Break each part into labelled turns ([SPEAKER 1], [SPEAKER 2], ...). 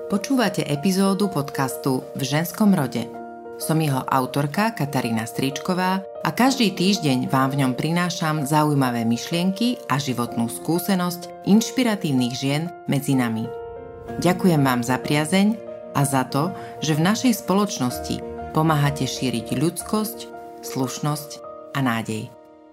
[SPEAKER 1] Počúvate epizódu podcastu V ženskom rode. Som jeho autorka Katarína Stričková a každý týždeň vám v ňom prinášam zaujímavé myšlienky a životnú skúsenosť inšpiratívnych žien medzi nami. Ďakujem vám za priazeň a za to, že v našej spoločnosti pomáhate šíriť ľudskosť, slušnosť a nádej.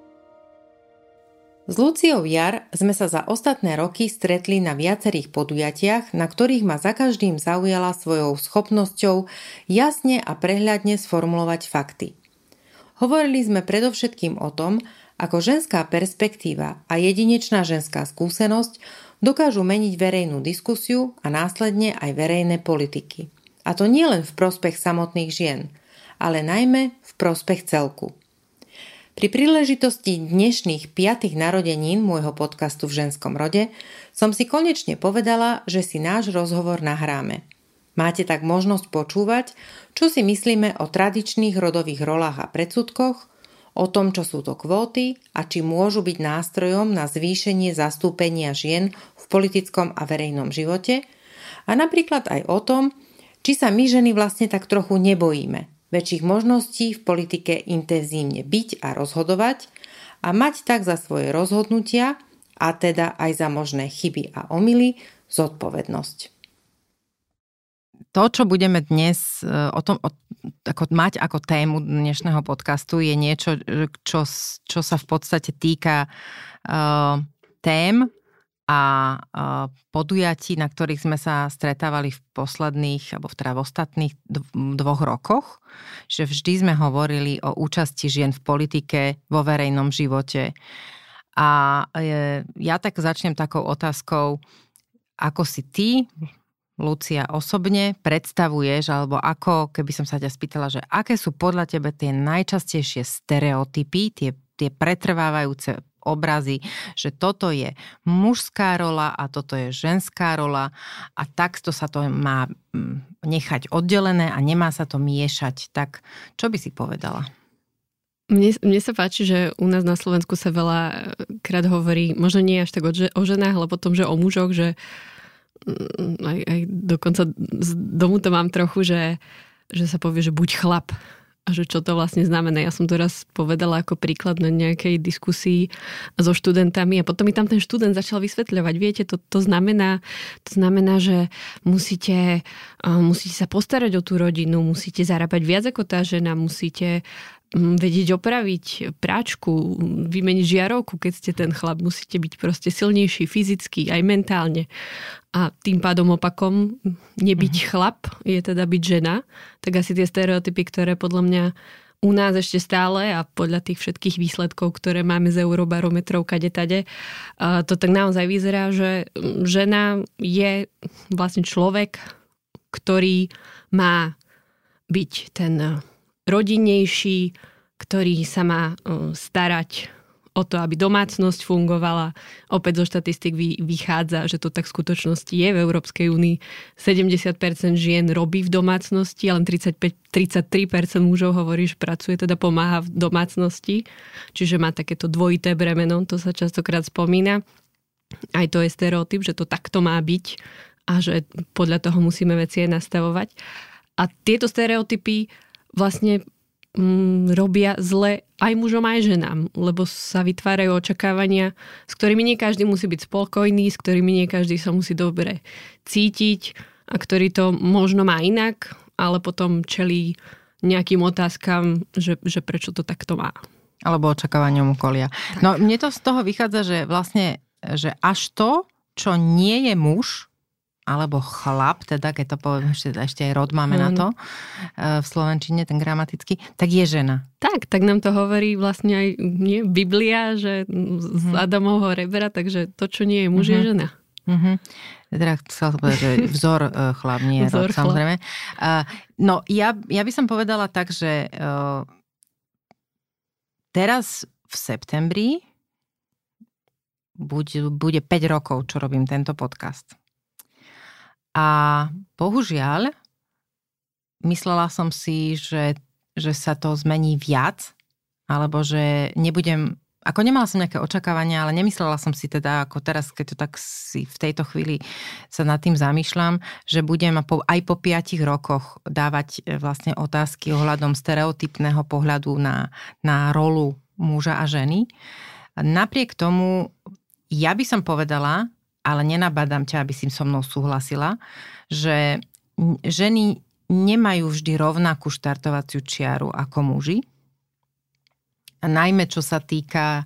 [SPEAKER 1] S Luciou Jar sme sa za ostatné roky stretli na viacerých podujatiach, na ktorých ma za každým zaujala svojou schopnosťou jasne a prehľadne sformulovať fakty. Hovorili sme predovšetkým o tom, ako ženská perspektíva a jedinečná ženská skúsenosť dokážu meniť verejnú diskusiu a následne aj verejné politiky. A to nie len v prospech samotných žien, ale najmä v prospech celku. Pri príležitosti dnešných 5. narodenín môjho podcastu V ženskom rode som si konečne povedala, že si náš rozhovor nahráme. Máte tak možnosť počúvať, čo si myslíme o tradičných rodových rolách a predsudkoch, o tom, čo sú to kvóty a či môžu byť nástrojom na zvýšenie zastúpenia žien v politickom a verejnom živote a napríklad aj o tom, či sa my ženy vlastne tak trochu nebojíme väčších možností v politike intenzívne byť a rozhodovať a mať tak za svoje rozhodnutia a teda aj za možné chyby a omyly zodpovednosť. To, čo budeme dnes mať ako tému dnešného podcastu, je niečo, čo sa v podstate týka tém a podujatí, na ktorých sme sa stretávali v posledných, alebo teda v ostatných 2 rokoch, že vždy sme hovorili o účasti žien v politike, vo verejnom živote. A ja tak začnem takou otázkou, ako si ty, Lucia, osobne predstavuješ, alebo ako, keby som sa ťa spýtala, že aké sú podľa teba tie najčastejšie stereotypy, tie pretrvávajúce obrazy, že toto je mužská rola a toto je ženská rola a takto sa to má nechať oddelené a nemá sa to miešať. Tak čo by si povedala?
[SPEAKER 2] Mne sa páči, že u nás na Slovensku sa veľa krát hovorí, možno nie až tak o ženách, ale potom, že o mužoch, že aj dokonca z domu to mám trochu, že sa povie, že buď chlap. A že čo to vlastne znamená. Ja som to raz povedala ako príklad na nejakej diskusii so študentami a potom mi tam ten študent začal vysvetľovať. Viete, to znamená, že musíte sa postarať o tú rodinu, musíte zarábať viac ako tá žena, musíte vedieť opraviť práčku, vymeniť žiarovku, keď ste ten chlap. Musíte byť proste silnejší fyzicky, aj mentálne. A tým pádom opakom nebyť chlap je teda byť žena. Tak asi tie stereotypy, ktoré podľa mňa u nás ešte stále a podľa tých všetkých výsledkov, ktoré máme z Eurobarometrov kade-tade, to tak naozaj vyzerá, že žena je vlastne človek, ktorý má byť ten rodinnejší, ktorý sa má starať o to, aby domácnosť fungovala. Opäť zo štatistík vychádza, že to tak v skutočnosti je v Európskej únii. 70% žien robí v domácnosti, ale 33% mužov hovorí, že pracuje, teda pomáha v domácnosti. Čiže má takéto dvojité bremeno, to sa častokrát spomína. Aj to je stereotyp, že to takto má byť a že podľa toho musíme veci aj nastavovať. A tieto stereotypy vlastne robia zle aj mužom, aj ženám, lebo sa vytvárajú očakávania, s ktorými nie každý musí byť spokojný, s ktorými nie každý sa musí dobre cítiť a ktorý to možno má inak, ale potom čelí nejakým otázkam, že prečo to takto má.
[SPEAKER 1] Alebo očakávaniam okolia. No mne to z toho vychádza, že vlastne, že až to, čo nie je muž, alebo chlap, teda keď to poviem, ešte aj rod máme na to v slovenčine, ten gramatický, tak je žena.
[SPEAKER 2] Tak nám to hovorí vlastne aj Biblia, že z Adamovho rebra, takže to, čo nie je muž, je žena.
[SPEAKER 1] Teda chcel som povedať, že vzor chlap, nie je rod, samozrejme. No, ja by som povedala tak, že teraz v septembri bude 5 rokov, čo robím tento podcast. A bohužiaľ, myslela som si, že sa to zmení viac, alebo že nebudem Ako nemala som nejaké očakávania, ale nemyslela som si teda, ako teraz, keď to tak si v tejto chvíli sa nad tým zamýšľam, že budem aj po 5 rokoch dávať vlastne otázky ohľadom stereotypného pohľadu na rolu muža a ženy. Napriek tomu, ja by som povedala, ale nenabádam ťa, aby si so mnou súhlasila, že ženy nemajú vždy rovnakú štartovaciu čiaru ako muži. A najmä čo sa týka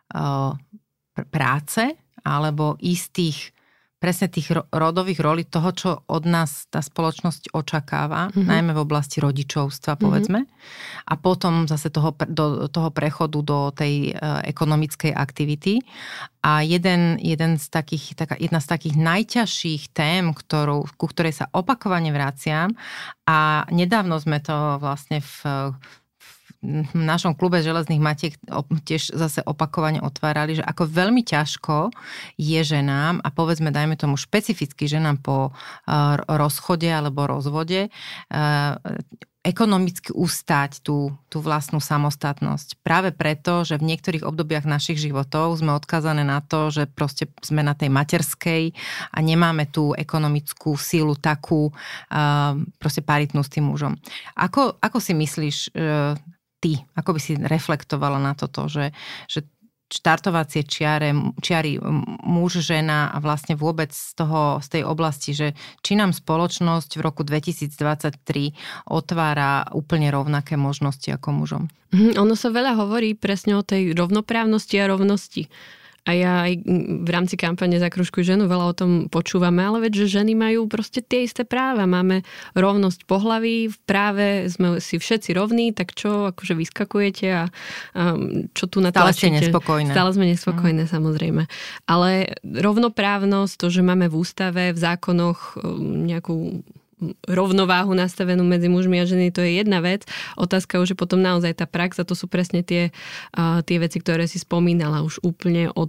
[SPEAKER 1] práce alebo presne tých rodových rolí, toho, čo od nás tá spoločnosť očakáva, najmä v oblasti rodičovstva, povedzme. A potom zase do toho prechodu do tej ekonomickej aktivity. A jedna z takých najťažších tém, ku ktorej sa opakovane vraciam, a nedávno sme to vlastne v našom klube Železných Matiek tiež zase opakovane otvárali, že ako veľmi ťažko je ženám, a povedzme, dajme tomu špecificky ženám po rozchode alebo rozvode, ekonomicky ustať tú vlastnú samostatnosť. Práve preto, že v niektorých obdobiach našich životov sme odkázané na to, že proste sme na tej materskej a nemáme tú ekonomickú sílu takú proste paritnú s tým mužom. Ako si myslíš ty, ako by si reflektovala na toto, že štartovacie čiary muž, žena a vlastne vôbec z tej oblasti, že či nám spoločnosť v roku 2023 otvára úplne rovnaké možnosti ako mužom?
[SPEAKER 2] Ono sa veľa hovorí presne o tej rovnoprávnosti a rovnosti. A ja aj v rámci kampane Zakružkuj ženu veľa o tom počúvame, ale veď, že ženy majú proste tie isté práva. Máme rovnosť pohlaví, v práve sme si všetci rovní, tak čo, akože vyskakujete a čo tu natlačíte?
[SPEAKER 1] Stále ste nespokojné.
[SPEAKER 2] Stále sme nespokojné, samozrejme. Ale rovnoprávnosť, to, že máme v ústave, v zákonoch nejakú rovnováhu nastavenú medzi mužmi a ženy, to je jedna vec. Otázka už je potom naozaj tá prax a to sú presne tie veci, ktoré si spomínala už úplne od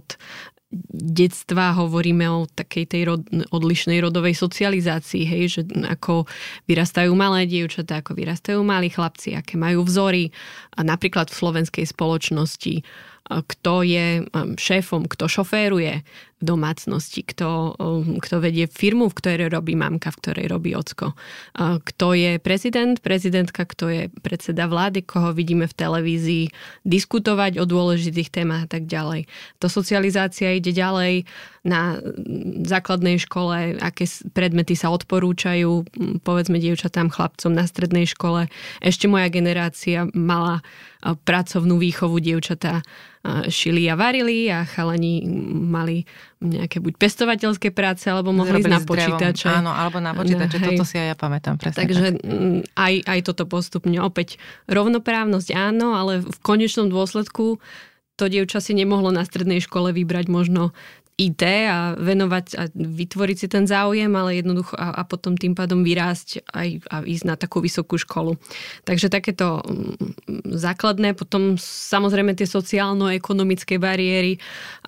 [SPEAKER 2] detstva. Hovoríme o takej tej odlišnej rodovej socializácii, hej, že ako vyrastajú malé dievčatá, ako vyrastajú malí chlapci, aké majú vzory a napríklad v slovenskej spoločnosti, kto je šéfom, kto šoféruje v domácnosti, kto vedie firmu, v ktorej robí mamka, v ktorej robí ocko. Kto je prezident, prezidentka, kto je predseda vlády, koho vidíme v televízii diskutovať o dôležitých témach a tak ďalej. To socializácia ide ďalej na základnej škole, aké predmety sa odporúčajú, povedzme dievčatám, chlapcom na strednej škole. Ešte moja generácia mala pracovnú výchovu, dievčatá šili a varili a chalani mali nejaké buď pestovateľské práce, alebo mohli ísť na počítače.
[SPEAKER 1] Áno, alebo na počítače, toto si aj ja pamätám presne.
[SPEAKER 2] Takže aj toto postupne. Opäť rovnoprávnosť áno, ale v konečnom dôsledku to dievča si nemohlo na strednej škole vybrať možno IT a venovať a vytvoriť si ten záujem, ale jednoducho a potom tým pádom vyrásť aj a ísť na takú vysokú školu. Takže takéto základné, potom samozrejme tie sociálno-ekonomické bariéry,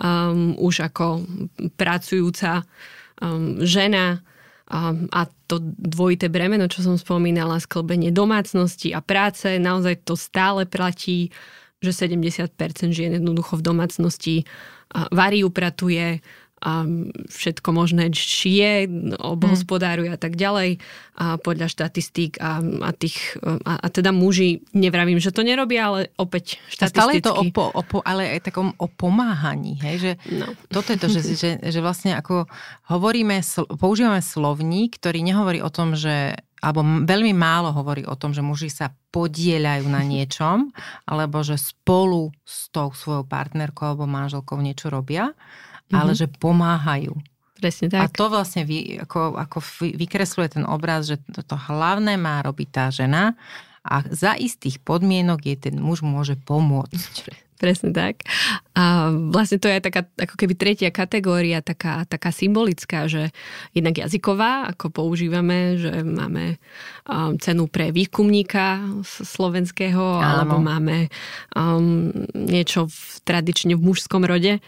[SPEAKER 2] už ako pracujúca žena a to dvojité bremeno, čo som spomínala, sklbenie domácnosti a práce, naozaj to stále platí, že 70% žien jednoducho v domácnosti varí, upratuje, všetko možné šije, obhospodáruje a tak ďalej a podľa štatistík a teda muži, nevravím, že to nerobia, ale opäť štatisticky.
[SPEAKER 1] Stále je to ale aj takom o pomáhaní, hej? Že toto je to, že vlastne ako používame slovník, ktorý nehovorí o tom, že alebo veľmi málo hovorí o tom, že muži sa podieľajú na niečom, alebo že spolu s tou svojou partnerkou alebo manželkou niečo robia, ale že pomáhajú.
[SPEAKER 2] Presne tak.
[SPEAKER 1] A to vlastne ako vykresluje ten obraz, že to hlavné má robiť tá žena a za istých podmienok jej ten muž môže pomôcť.
[SPEAKER 2] Presne tak. A vlastne to je taká, ako keby tretia kategória, taká symbolická, že jednak jazyková, ako používame, že máme cenu pre výskumníka slovenského, alebo máme niečo tradične v mužskom rode.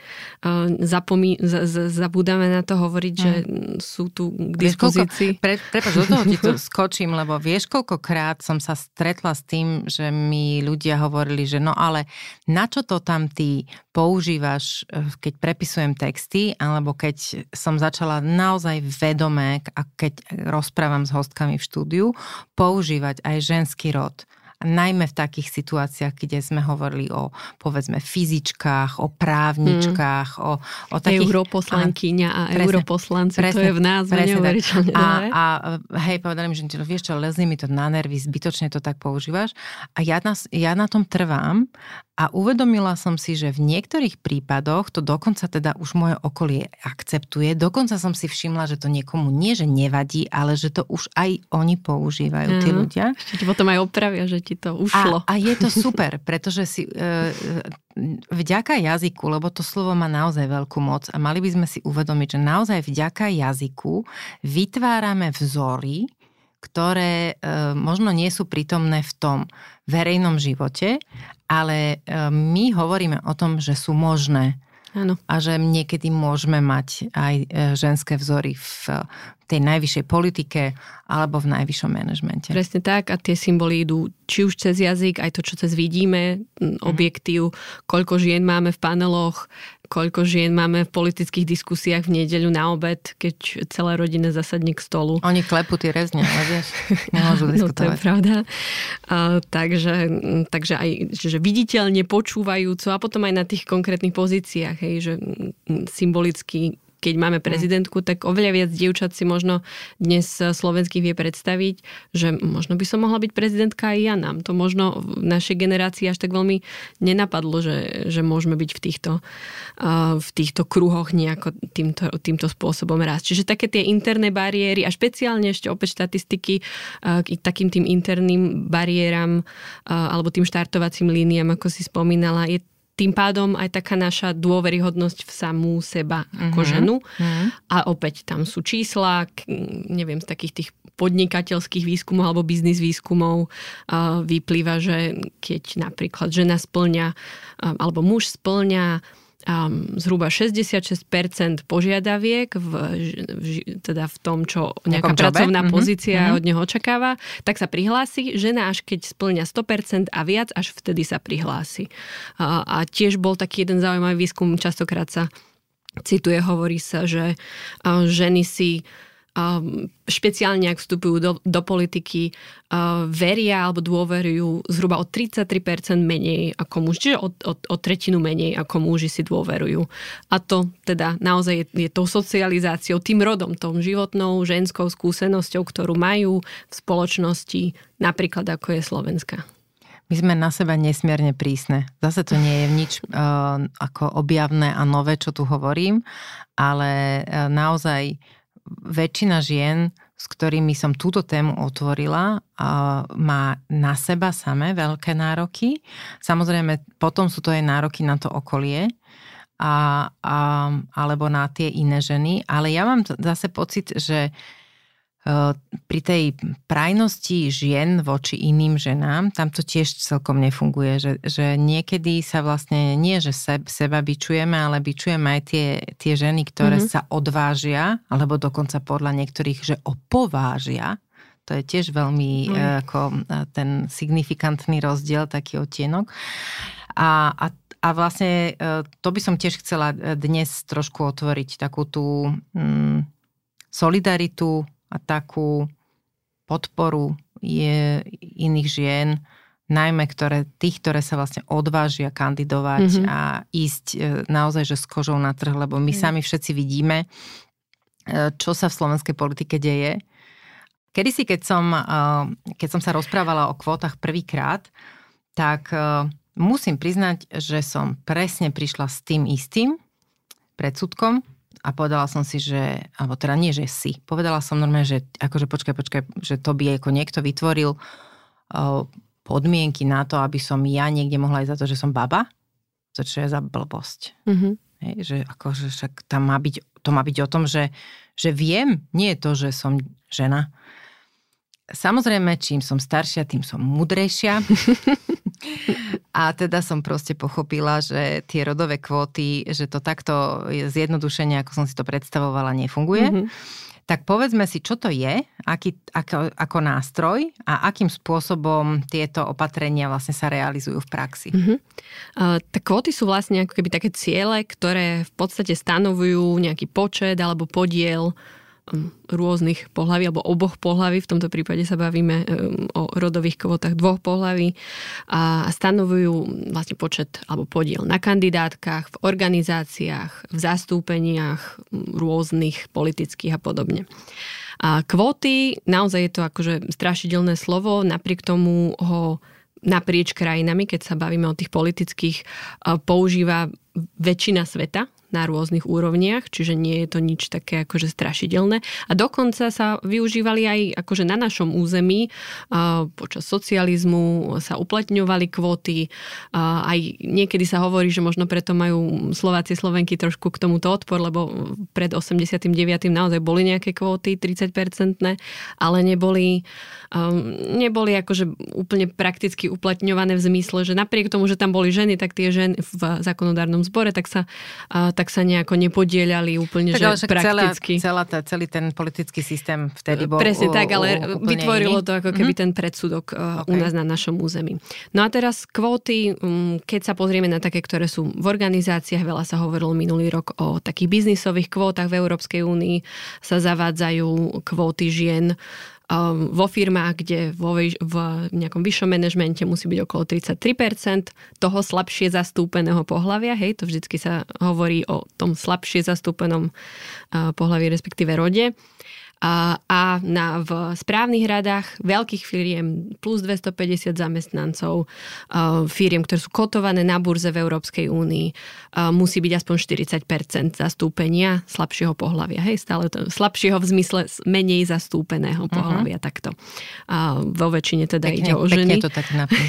[SPEAKER 2] Zabúdame na to hovoriť, že sú tu k dispozícii.
[SPEAKER 1] Prepáč, do toho ti to skočím, lebo vieš, koľkokrát som sa stretla s tým, že mi ľudia hovorili, že no ale na čo to tam tí používaš, keď prepisujem texty, alebo keď som začala naozaj vedome, a keď rozprávam s hostkami v štúdiu, používať aj ženský rod. A najmä v takých situáciách, kde sme hovorili o, povedzme, fyzičkách, o právničkách, o takých...
[SPEAKER 2] Europoslankyňa a europoslanci, to je v názve neuveriteľne.
[SPEAKER 1] A hej, povedali mi, že vieš čo, lezli mi to na nervy, zbytočne to tak používaš. A ja na tom trvám a uvedomila som si, že v niektorých prípadoch to dokonca teda už moje okolie akceptuje. Dokonca som si všimla, že to niekomu nie, že nevadí, ale že to už aj oni používajú, tí ľudia.
[SPEAKER 2] Ešte ti potom aj opravia, že ti to ušlo.
[SPEAKER 1] A je to super, pretože si vďaka jazyku, lebo to slovo má naozaj veľkú moc a mali by sme si uvedomiť, že naozaj vďaka jazyku vytvárame vzory, ktoré možno nie sú prítomné v tom verejnom živote, ale my hovoríme o tom, že sú možné.
[SPEAKER 2] Áno.
[SPEAKER 1] A že niekedy môžeme mať aj ženské vzory v tej najvyššej politike alebo v najvyššom manažmente.
[SPEAKER 2] Presne tak a tie symboly idú či už cez jazyk, aj to, čo cez vidíme, objektív, koľko žien máme v paneloch, koľko žien máme v politických diskusiách v nedeľu na obed, keď celá rodina zasadne k stolu.
[SPEAKER 1] Oni klepú tie rezne, ale vieš, nemôžu diskutovať.
[SPEAKER 2] No to je pravda. Takže aj že viditeľne, počúvajúco a potom aj na tých konkrétnych pozíciách, hej, že symbolicky keď máme prezidentku, tak oveľa viac dievčat si možno dnes slovenských vie predstaviť, že možno by som mohla byť prezidentka aj ja. Nám to možno v našej generácii až tak veľmi nenapadlo, že môžeme byť v týchto kruhoch nejako týmto spôsobom rásť. Čiže také tie interné bariéry a špeciálne ešte opäť štatistiky k takým tým interným bariéram alebo tým štartovacím líniám, ako si spomínala, je tým pádom aj taká naša dôveryhodnosť v samú seba ako ženu. A opäť tam sú čísla, neviem, z takých tých podnikateľských výskumov alebo biznis výskumov vyplýva, že keď napríklad žena spĺňa alebo muž spĺňa zhruba 66% požiadaviek teda v tom, čo nejaká pracovná pozícia od neho očakáva, tak sa prihlási. Žena až keď spĺňa 100% a viac, až vtedy sa prihlási. A tiež bol taký jeden zaujímavý výskum, častokrát sa cituje, hovorí sa, že ženy si špeciálne, ak vstupujú do politiky, veria alebo dôverujú zhruba o 33% menej ako muži, čiže o tretinu menej ako muži si dôverujú. A to teda naozaj je tou socializáciou, tým rodom, tou životnou ženskou skúsenosťou, ktorú majú v spoločnosti, napríklad ako je Slovenska.
[SPEAKER 1] My sme na seba nesmierne prísne. Zase to nie je nič ako objavné a nové, čo tu hovorím, ale naozaj väčšina žien, s ktorými som túto tému otvorila, má na seba samé veľké nároky. Samozrejme, potom sú to aj nároky na to okolie alebo na tie iné ženy. Ale ja mám zase pocit, že pri tej prajnosti žien voči iným ženám, tam to tiež celkom nefunguje, že niekedy sa vlastne nie, že seba bičujeme, ale bičujeme aj tie ženy, ktoré sa odvážia, alebo dokonca podľa niektorých, že opovážia. To je tiež veľmi ako ten signifikantný rozdiel, taký odtienok. A vlastne to by som tiež chcela dnes trošku otvoriť, takú tú solidaritu a takú podporu iných žien, najmä tých, ktoré sa vlastne odvážia kandidovať a ísť naozaj, že s kožou na trh, lebo my sami všetci vidíme, čo sa v slovenskej politike deje. Kedysi, keď som sa rozprávala o kvótach prvýkrát, tak musím priznať, že som presne prišla s tým istým predsudkom, a povedala som si, že, alebo teda nie, že si. Povedala som normálne, že akože počkaj, že to by ako niekto vytvoril podmienky na to, aby som ja niekde mohla ísť za to, že som baba. To čo je za blbosť. Hej, že akože však tam to má byť o tom, že viem, nie je to, že som žena. Samozrejme, čím som staršia, tým som múdrejšia. A teda som proste pochopila, že tie rodové kvóty, že to takto zjednodušenie, ako som si to predstavovala, nefunguje. Tak povedzme si, čo to je, ako nástroj a akým spôsobom tieto opatrenia vlastne sa realizujú v praxi.
[SPEAKER 2] Tak kvóty sú vlastne ako keby také ciele, ktoré v podstate stanovujú nejaký počet alebo podiel rôznych pohlaví alebo oboch pohlaví. V tomto prípade sa bavíme o rodových kvótach dvoch pohlaví a stanovujú vlastne počet alebo podiel na kandidátkach, v organizáciách, v zastúpeniach rôznych politických a podobne. A kvóty, naozaj je to akože strašidelné slovo, napriek tomu ho naprieč krajinami, keď sa bavíme o tých politických, používa väčšina sveta na rôznych úrovniach, čiže nie je to nič také akože strašidelné. A dokonca sa využívali aj akože na našom území. Počas socializmu sa uplatňovali kvóty. Aj niekedy sa hovorí, že možno preto majú Slováci, Slovenky trošku k tomuto odpor, lebo pred 89. naozaj boli nejaké kvóty 30%, ale neboli akože úplne prakticky uplatňované v zmysle, že napriek tomu, že tam boli ženy, tak tie ženy v zákonodárnom zbore, tak sa nejako nepodielali úplne, tak, že prakticky.
[SPEAKER 1] Celý ten politický systém vtedy bol
[SPEAKER 2] presne tak, ale vytvorilo to ako keby ten predsudok u nás na našom území. No a teraz kvóty, keď sa pozrieme na také, ktoré sú v organizáciách, veľa sa hovorilo minulý rok o takých biznisových kvótach v Európskej únii, sa zavádzajú kvóty žien vo firmách, kde v nejakom vyššom manažmente musí byť okolo 33% toho slabšie zastúpeného pohlavia. Hej, to vždycky sa hovorí o tom slabšie zastúpenom pohlaví, respektíve rode. V správnych radách veľkých firiem plus 250 zamestnancov, firiem, ktoré sú kotované na burze v Európskej únii, musí byť aspoň 40% zastúpenia slabšieho pohlavia. Hej, stále to slabšieho v zmysle menej zastúpeného pohlavia takto. Vo väčšine teda ide o ženy.
[SPEAKER 1] Pekne to tak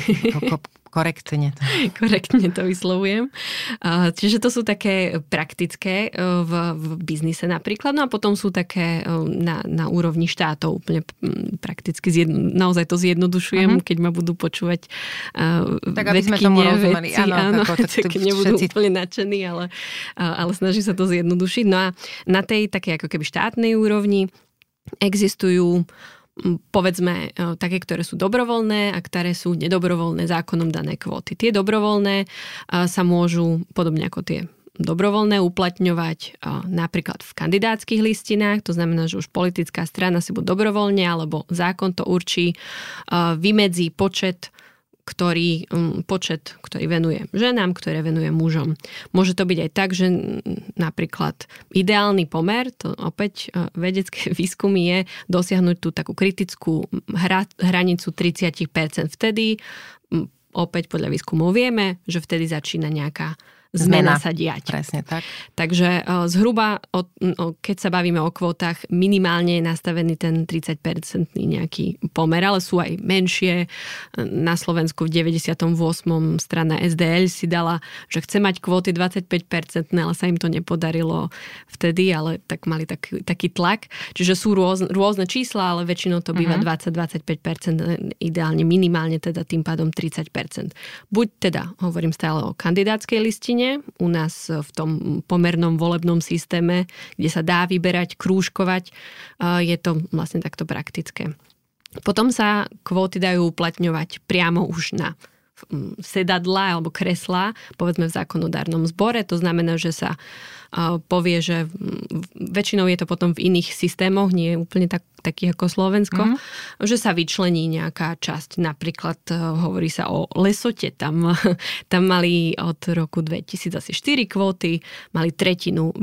[SPEAKER 1] korektne
[SPEAKER 2] to vyslovujem. Čiže to sú také praktické v biznise napríklad. No a potom sú také na úrovni štátov úplne prakticky naozaj to zjednodušujem, keď ma budú počúvať
[SPEAKER 1] tak aby sme tomu rozumeli.
[SPEAKER 2] Áno, tak nebudú úplne nadšení, ale snaží sa to zjednodušiť. No a na tej také ako keby štátnej úrovni existujú povedzme také, ktoré sú dobrovoľné a ktoré sú nedobrovoľné zákonom dané kvóty. Tie dobrovoľné sa môžu, podobne ako tie dobrovoľné, uplatňovať napríklad v kandidátskych listinách, to znamená, že už politická strana si buď dobrovoľne, alebo zákon to určí, vymedzí počet, ktorý venuje ženám, ktoré venuje mužom. Môže to byť aj tak, že napríklad ideálny pomer, to opäť vedecké výskumy je dosiahnuť tú takú kritickú hranicu 30%. Vtedy, opäť podľa výskumov vieme, že vtedy začína nejaká zmena sa diať.
[SPEAKER 1] Presne tak.
[SPEAKER 2] Takže zhruba, keď sa bavíme o kvótach, minimálne je nastavený ten 30% nejaký pomer, ale sú aj menšie. Na Slovensku v 98. strana SDL si dala, že chce mať kvóty 25%, ale sa im to nepodarilo vtedy, ale tak mali taký tlak. Čiže sú rôzne čísla, ale väčšinou to býva 20-25%, ideálne minimálne teda tým pádom 30%. Buď teda, hovorím stále o kandidátskej listine, u nás v tom pomernom volebnom systéme, kde sa dá vyberať, krúžkovať, je to vlastne takto praktické. Potom sa kvóty dajú uplatňovať priamo už na sedadla alebo kreslá, povedzme v zákonodárnom zbore. To znamená, že sa povie, že väčšinou je to potom v iných systémoch, nie je úplne taký ako Slovensko, že sa vyčlení nejaká časť. Napríklad hovorí sa o Lesote. Tam mali od roku 2004 kvóty, mali tretinu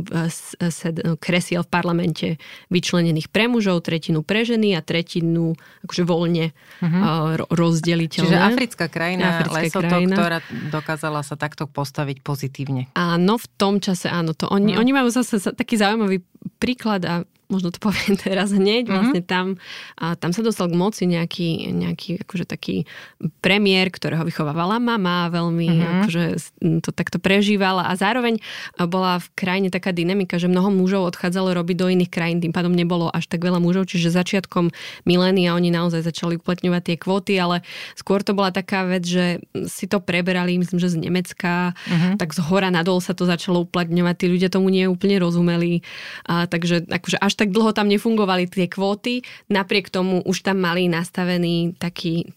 [SPEAKER 2] kresiel v parlamente vyčlenených pre mužov, tretinu pre ženy a tretinu akože voľne rozdeliteľné.
[SPEAKER 1] Čiže africká krajina Lesoto, ktorá dokázala sa takto postaviť pozitívne.
[SPEAKER 2] Áno, v tom čase áno. Oni majú zase taký zaujímavý príklad a možno to poviem teraz hneď, vlastne tam sa dostal k moci nejaký akože taký premiér, ktorého vychovávala mama, veľmi akože to takto prežívala a zároveň bola v krajine taká dynamika, že mnoho mužov odchádzalo robiť do iných krajín, tým pádom nebolo až tak veľa mužov, čiže začiatkom milénia oni naozaj začali uplatňovať tie kvóty, ale skôr to bola taká vec, že si to preberali, myslím, že z Nemecka, tak z hora nadol sa to začalo uplatňovať, tí ľudia tomu nie úplne rozumeli, takže akože až tak dlho tam nefungovali tie kvóty, napriek tomu už tam mali nastavený taký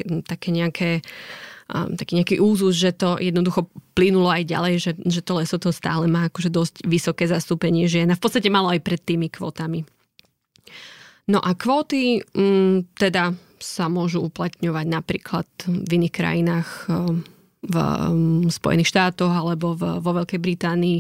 [SPEAKER 2] nejaký úzus, že to jednoducho plynulo aj ďalej, že to Lesotho stále má akože dosť vysoké zastúpenie žien a v podstate malo aj pred tými kvótami. No a kvóty teda sa môžu uplatňovať napríklad v iných krajinách, v Spojených štátoch alebo vo Veľkej Británii,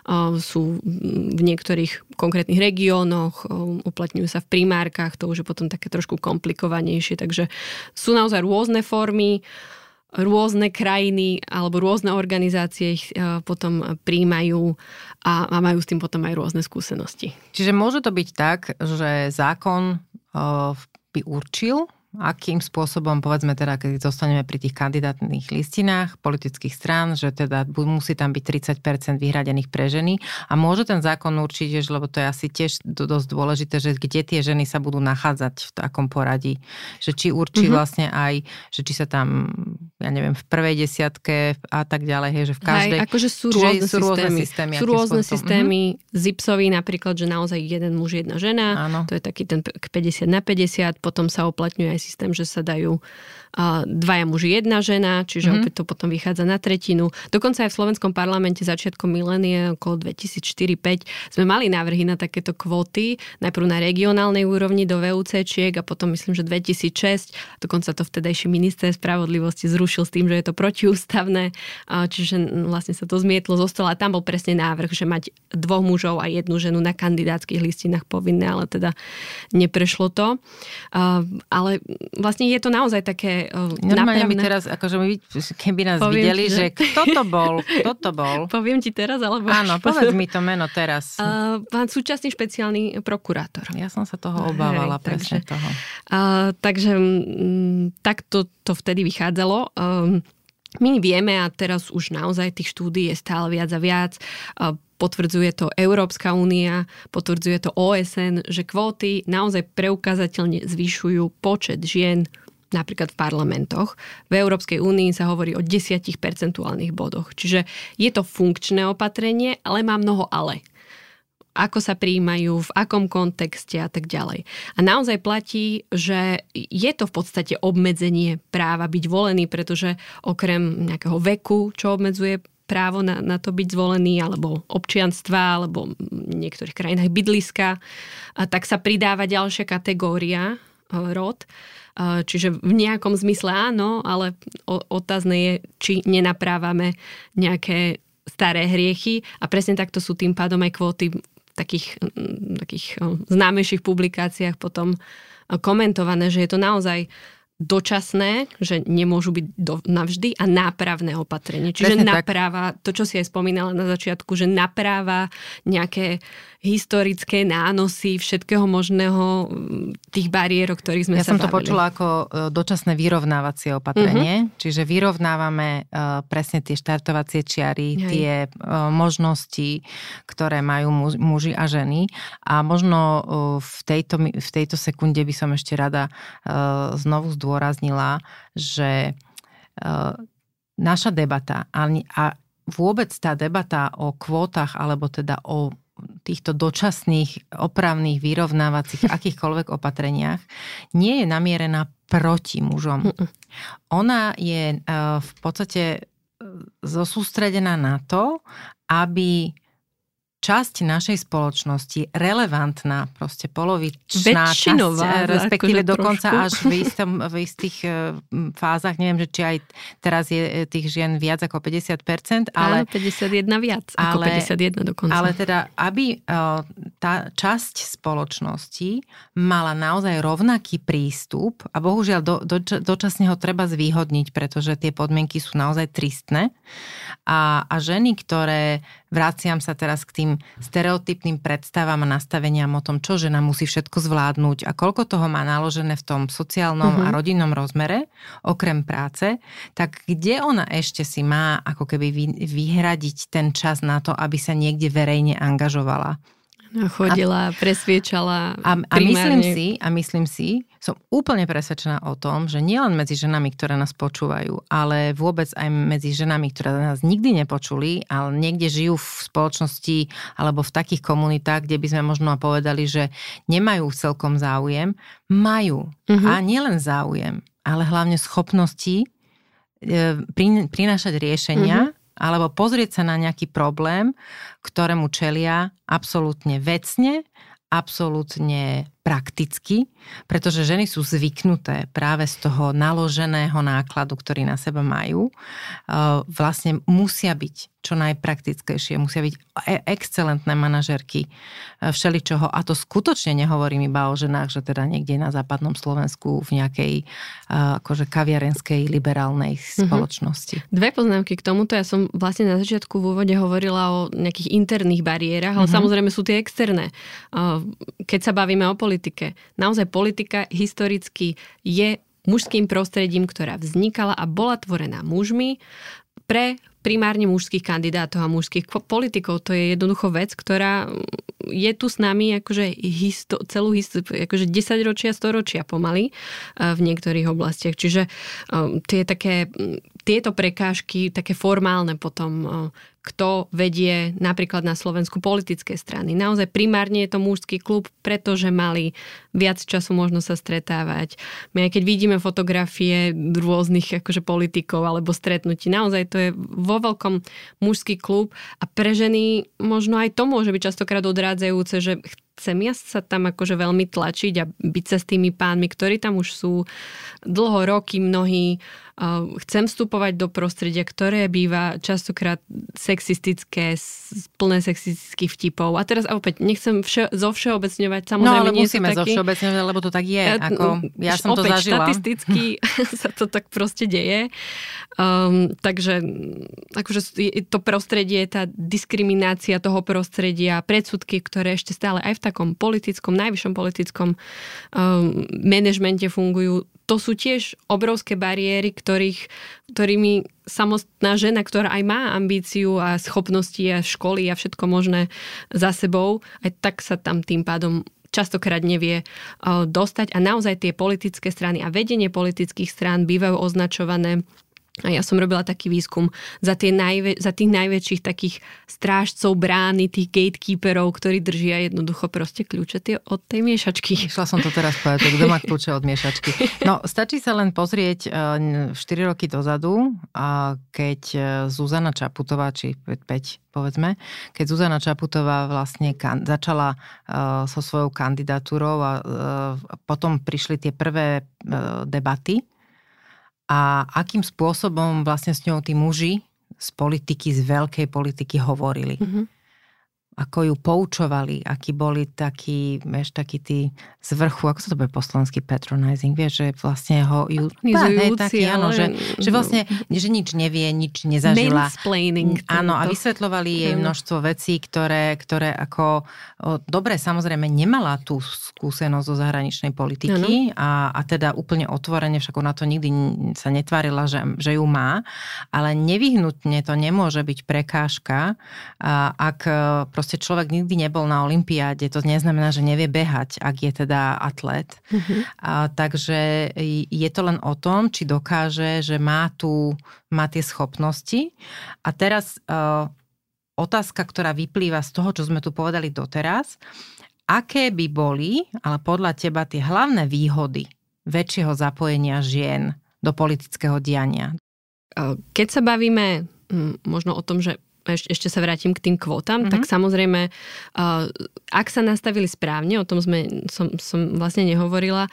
[SPEAKER 2] sú v niektorých konkrétnych regiónoch, uplatňujú sa v primárkach, to už je potom také trošku komplikovanejšie, takže sú naozaj rôzne formy, rôzne krajiny alebo rôzne organizácie ich potom prijímajú a majú s tým potom aj rôzne skúsenosti.
[SPEAKER 1] Čiže môže to byť tak, že zákon by určil, akým spôsobom, povedzme teda, keď zostaneme pri tých kandidátnych listinách politických strán, že teda musí tam byť 30% vyhradených pre ženy a môže ten zákon určiť, že, lebo to je asi tiež dosť dôležité, že kde tie ženy sa budú nachádzať v takom poradí. Že či určí vlastne aj, že či sa tam, ja neviem, v prvej desiatke a tak ďalej, hej, že v každej...
[SPEAKER 2] Aj, akože sú rôzne systémy. Sú rôzne systémy. ZIPSový napríklad, že naozaj jeden muž, jedna žena. Áno. To je taký ten k 50/50. Potom sa uplatňuje aj systém, že sa dajú dvaja muži, jedna žena, čiže opäť to potom vychádza na tretinu. Dokonca aj v slovenskom parlamente začiatkom milénia, okolo 2004-2005, sme mali návrhy na takéto kvóty, najprv na regionálnej úrovni do VUC-čiek a potom myslím, že 2006, dokonca to vtedajší minister spravodlivosti zrušil s tým, že je to protiústavné, čiže vlastne sa to zmietlo zo stola. Tam bol presne návrh, že mať dvoch mužov a jednu ženu na kandidátskych listinách povinné, ale teda neprešlo to. Ale vlastne je to naozaj také
[SPEAKER 1] normálne mi teraz, akože keby nás videli, že kto to bol?
[SPEAKER 2] Poviem ti teraz, alebo...
[SPEAKER 1] Áno, povedz mi to meno teraz.
[SPEAKER 2] Pán súčasný špeciálny prokurátor.
[SPEAKER 1] Ja som sa toho obávala, presne toho.
[SPEAKER 2] Takže takto to vtedy vychádzalo. My vieme, a teraz už naozaj tých štúdií je stále viac a viac, potvrdzuje to Európska únia, potvrdzuje to OSN, že kvóty naozaj preukázateľne zvyšujú počet žien napríklad v parlamentoch. V Európskej únii sa hovorí o 10% bodoch. Čiže je to funkčné opatrenie, ale má mnoho ale. Ako sa prijímajú, v akom kontexte a tak ďalej. A naozaj platí, že je to v podstate obmedzenie práva byť volený, pretože okrem nejakého veku, čo obmedzuje právo na to byť zvolený, alebo občianstva, alebo v niektorých krajinách bydliska, tak sa pridáva ďalšia kategória, rod. Čiže v nejakom zmysle áno, ale otázne je, či nenaprávame nejaké staré hriechy a presne takto sú tým pádom aj kvóty v takých známejších publikáciách potom komentované, že je to naozaj dočasné, že nemôžu byť navždy a nápravné opatrenie. Čiže napráva, to čo si aj spomínala na začiatku, že napráva nejaké historické nánosy všetkého možného, tých bariér, o ktorých sme sa bavili. Ja
[SPEAKER 1] som to počula ako dočasné vyrovnávacie opatrenie, čiže vyrovnávame presne tie štartovacie čiary, tie možnosti, ktoré majú muži a ženy a možno v tejto sekunde by som ešte rada znovu zdôraznila, že naša debata a vôbec tá debata o kvótach alebo teda o týchto dočasných, opravných, vyrovnávacích, akýchkoľvek opatreniach nie je namierená proti mužom. Ona je v podstate zosústredená na to, aby časť našej spoločnosti, relevantná, proste polovičná časť, respektíve akože dokonca trošku. Až v istých fázach, neviem, že či aj teraz je tých žien viac ako 50%, ale...
[SPEAKER 2] Áno, 51 viac, ako 51 dokonca.
[SPEAKER 1] Ale teda, aby tá časť spoločnosti mala naozaj rovnaký prístup a bohužiaľ dočasne ho treba zvýhodniť, pretože tie podmienky sú naozaj tristné a ženy, ktoré vraciam sa teraz k tým stereotypným predstavám a nastaveniam o tom, čo žena musí všetko zvládnuť a koľko toho má naložené v tom sociálnom a rodinnom rozmere, okrem práce, tak kde ona ešte si má ako keby vyhradiť ten čas na to, aby sa niekde verejne angažovala.
[SPEAKER 2] Chodila, presviečala.
[SPEAKER 1] A myslím si, Som úplne presvedčená o tom, že nielen medzi ženami, ktoré nás počúvajú, ale vôbec aj medzi ženami, ktoré nás nikdy nepočuli, ale niekde žijú v spoločnosti alebo v takých komunitách, kde by sme možno povedali, že nemajú celkom záujem, majú. A nielen záujem, ale hlavne schopnosti prinášať riešenia alebo pozrieť sa na nejaký problém, ktorému čelia absolútne vecne, absolútne prakticky, pretože ženy sú zvyknuté práve z toho naloženého nákladu, ktorý na seba majú. Vlastne musia byť čo najpraktickejšie, musia byť excelentné manažerky všeličoho. A to skutočne nehovorím iba o ženách, že teda niekde na západnom Slovensku v nejakej akože kaviarenskej liberálnej spoločnosti.
[SPEAKER 2] Dve poznámky k tomuto. Ja som vlastne na začiatku v úvode hovorila o nejakých interných bariérach, ale samozrejme sú tie externé. Keď sa bavíme o politike, naozaj politika historicky je mužským prostredím, ktorá vznikala a bola tvorená mužmi pre primárne mužských kandidátov a mužských politikov. To je jednoducho vec, ktorá je tu s nami akože akože 10 ročia, 100 ročia pomaly v niektorých oblastiach. Čiže tieto prekážky, také formálne potom, kto vedie napríklad na Slovensku politické strany. Naozaj primárne je to mužský klub, pretože mali viac času možno sa stretávať. My aj keď vidíme fotografie rôznych akože politikov alebo stretnutí, naozaj to je vo veľkom mužský klub a pre ženy možno aj to môže byť častokrát odrádzajúce, že chcem ja sa tam akože veľmi tlačiť a byť sa s tými pánmi, ktorí tam už sú dlho, roky, mnohí. Chcem vstupovať do prostredia, ktoré býva častokrát sexistické, plné sexistických vtipov. A teraz opäť nechcem zovšeobecňovať, samozrejme nie sú takí. No ale musíme
[SPEAKER 1] zovšeobecňovať, lebo to tak je. Ja som to zažila.
[SPEAKER 2] Štatisticky sa to tak proste deje. Takže akože to prostredie, tá diskriminácia toho prostredia, predsudky, ktoré ešte stále aj v takom politickom, najvyššom politickom manažmente fungujú, to sú tiež obrovské bariéry, ktorými samotná žena, ktorá aj má ambíciu a schopnosti a školy a všetko možné za sebou, aj tak sa tam tým pádom častokrát nevie dostať. A naozaj tie politické strany a vedenie politických strán bývajú označované. A ja som robila taký výskum za tých najväčších takých strážcov brány, tých gatekeeperov, ktorí držia jednoducho proste kľúče od tej miešačky.
[SPEAKER 1] Išla som to teraz povedať, kto má kľúče od miešačky. No, stačí sa len pozrieť 4 roky dozadu, keď Zuzana Čaputová, či 5 povedzme, keď Zuzana Čaputová vlastne začala so svojou kandidatúrou a potom prišli tie prvé debaty, a akým spôsobom vlastne s ňou tí muži z politiky, z veľkej politiky hovorili. Ako ju poučovali, akí boli takí tí z vrchu, ako sa to bude po slovensky patronizing, vieš, že vlastne ho taký, áno, že vlastne, že nič nevie, nič nezažila.
[SPEAKER 2] Mansplaining.
[SPEAKER 1] Áno, a vysvetľovali jej množstvo vecí, ktoré ako dobre, samozrejme, nemala tú skúsenosť zo zahraničnej politiky a teda úplne otvorene, však ona to nikdy sa netvárila, že ju má, ale nevyhnutne to nemôže byť prekážka, ak proste človek nikdy nebol na olympiáde, to neznamená, že nevie behať, ak je teda atlét. Takže je to len o tom, či dokáže, že má tie schopnosti. A teraz otázka, ktorá vyplýva z toho, čo sme tu povedali doteraz, aké by boli, ale podľa teba tie hlavné výhody väčšieho zapojenia žien do politického diania?
[SPEAKER 2] Keď sa bavíme možno o tom, že ešte sa vrátim k tým kvótam, tak samozrejme, ak sa nastavili správne, o tom som vlastne nehovorila,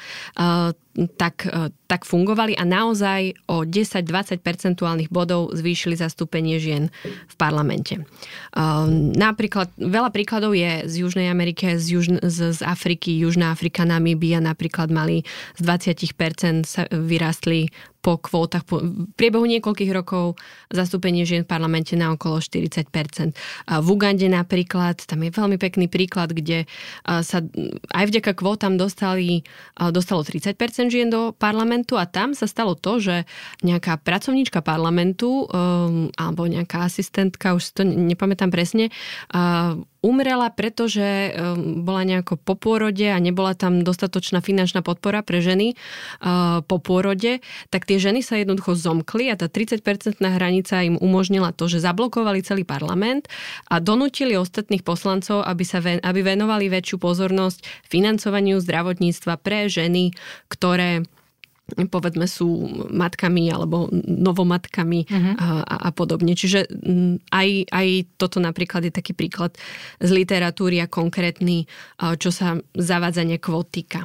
[SPEAKER 2] tak fungovali a naozaj o 10-20 percentuálnych bodov zvýšili zastúpenie žien v parlamente. Napríklad, veľa príkladov je z Južnej Ameriky, z Afriky, Južná Afrika, Namíbia napríklad mali z 20% sa vyrástli po kvótach, v priebehu niekoľkých rokov zastúpenie žien v parlamente na okolo 40%. V Ugande napríklad, tam je veľmi pekný príklad, kde sa aj vďaka kvótam dostalo 30% žien do parlamentu a tam sa stalo to, že nejaká pracovníčka parlamentu alebo nejaká asistentka, už to nepamätám presne, umrela, pretože bola nejako po pôrode a nebola tam dostatočná finančná podpora pre ženy po pôrode, tak tie ženy sa jednoducho zomkli a tá 30% hranica im umožnila to, že zablokovali celý parlament a donútili ostatných poslancov, aby venovali väčšiu pozornosť financovaniu zdravotníctva pre ženy, ktoré povedzme sú matkami alebo novomatkami a podobne. Čiže aj toto napríklad je taký príklad z literatúry a konkrétny, čo sa zavádzanie kvót týka.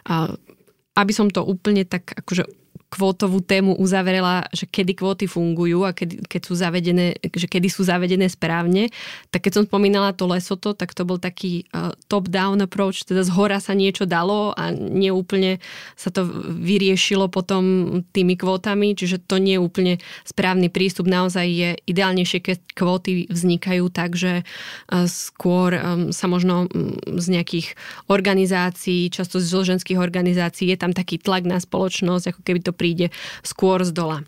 [SPEAKER 2] Aby som to úplne tak akože kvótovú tému uzavrela, že kedy kvóty fungujú a keď sú zavedené, že kedy sú zavedené správne, tak keď som spomínala to Lesotho, tak to bol taký top-down approach, teda zhora sa niečo dalo a neúplne sa to vyriešilo potom tými kvótami, čiže to nie je úplne správny prístup. Naozaj je ideálnejšie, keď kvóty vznikajú tak, že skôr sa možno z nejakých organizácií, často z ženských organizácií, je tam taký tlak na spoločnosť, ako keby to príde skôr z dola.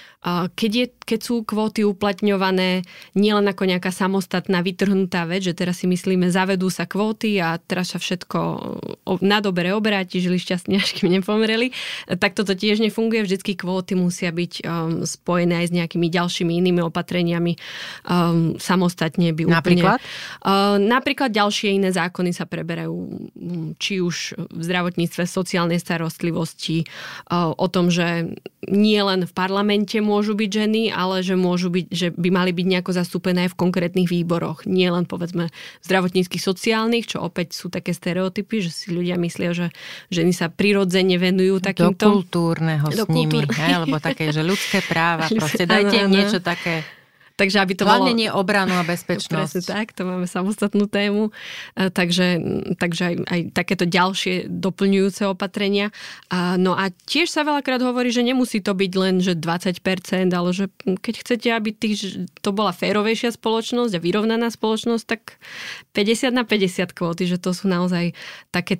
[SPEAKER 2] Keď sú kvóty uplatňované nielen ako nejaká samostatná vytrhnutá vec, že teraz si myslíme, zavedú sa kvóty a teraz sa všetko na dobre obráti, žili šťastne, až kým nepomreli, tak toto tiež nefunguje. Vždycky kvóty musia byť spojené aj s nejakými ďalšími inými opatreniami. Samostatne by úplne... Napríklad ďalšie iné zákony sa preberajú, či už v zdravotníctve, sociálnej starostlivosti, o tom, že nie len v parlamente môžu byť ženy, ale že by mali byť nejako zastúpené aj v konkrétnych výboroch. Nie len povedzme zdravotníckych, sociálnych, čo opäť sú také stereotypy, že si ľudia myslia, že ženy sa prirodzene venujú takýmto...
[SPEAKER 1] Do kultúrneho s nimi, alebo také, že ľudské práva, proste dajte im niečo také...
[SPEAKER 2] Takže aby to
[SPEAKER 1] hlavne nie obranu a bezpečnosť.
[SPEAKER 2] Presne tak, to máme samostatnú tému. Takže aj takéto ďalšie doplňujúce opatrenia. No a tiež sa veľakrát hovorí, že nemusí to byť len, že 20%, ale že keď chcete, aby to bola férovejšia spoločnosť a vyrovnaná spoločnosť, tak 50/50 kvóty, že to sú naozaj také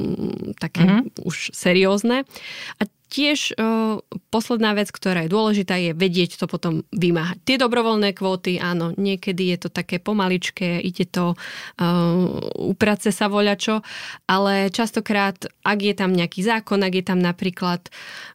[SPEAKER 2] už seriózne. A tiež posledná vec, ktorá je dôležitá, je vedieť to potom vymáhať. Tie dobrovoľné kvóty, áno, niekedy je to také pomaličké, ide to uprace sa voľačo, ale častokrát, ak je tam nejaký zákon, ak je tam napríklad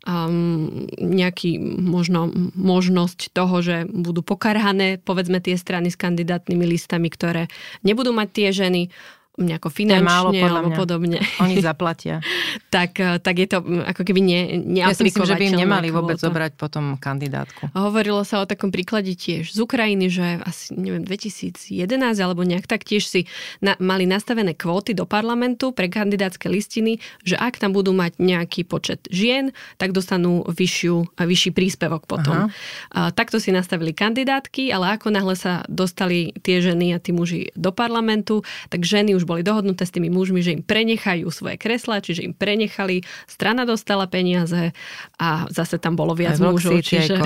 [SPEAKER 2] nejaký možnosť toho, že budú pokarhané, povedzme tie strany s kandidátnymi listami, ktoré nebudú mať tie ženy, nejako finančne alebo podobne.
[SPEAKER 1] Oni zaplatia.
[SPEAKER 2] tak je to ako keby neaplikovateľné.
[SPEAKER 1] Ja si myslím, že by im nemali vôbec zobrať potom kandidátku.
[SPEAKER 2] Hovorilo sa o takom príklade tiež z Ukrajiny, že asi, neviem, 2011 alebo nejak tak tiež si mali nastavené kvóty do parlamentu pre kandidátske listiny, že ak tam budú mať nejaký počet žien, tak dostanú vyšší príspevok potom. Takto si nastavili kandidátky, ale ako náhle sa dostali tie ženy a tí muži do parlamentu, tak ženy už boli dohodnuté s tými mužmi, že im prenechajú svoje kreslá, čiže im prenechali, strana dostala peniaze a zase tam bolo viac mužov. Čiže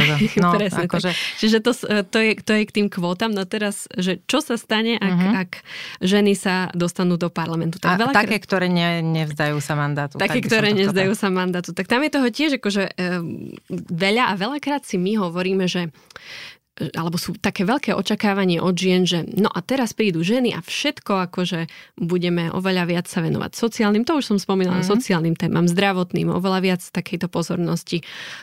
[SPEAKER 2] to je k tým kvótam. No teraz, že čo sa stane, ak ženy sa dostanú do parlamentu?
[SPEAKER 1] Také, ktoré nevzdajú sa mandátu.
[SPEAKER 2] Také, ktoré nevzdajú sa mandátu. Tak tam je toho tiež akože veľa a veľakrát si my hovoríme, že alebo sú také veľké očakávanie od žien, že no a teraz prídu ženy a všetko akože budeme oveľa viac sa venovať sociálnym, to už som spomínala, sociálnym témam, zdravotným, oveľa viac takejto pozornosti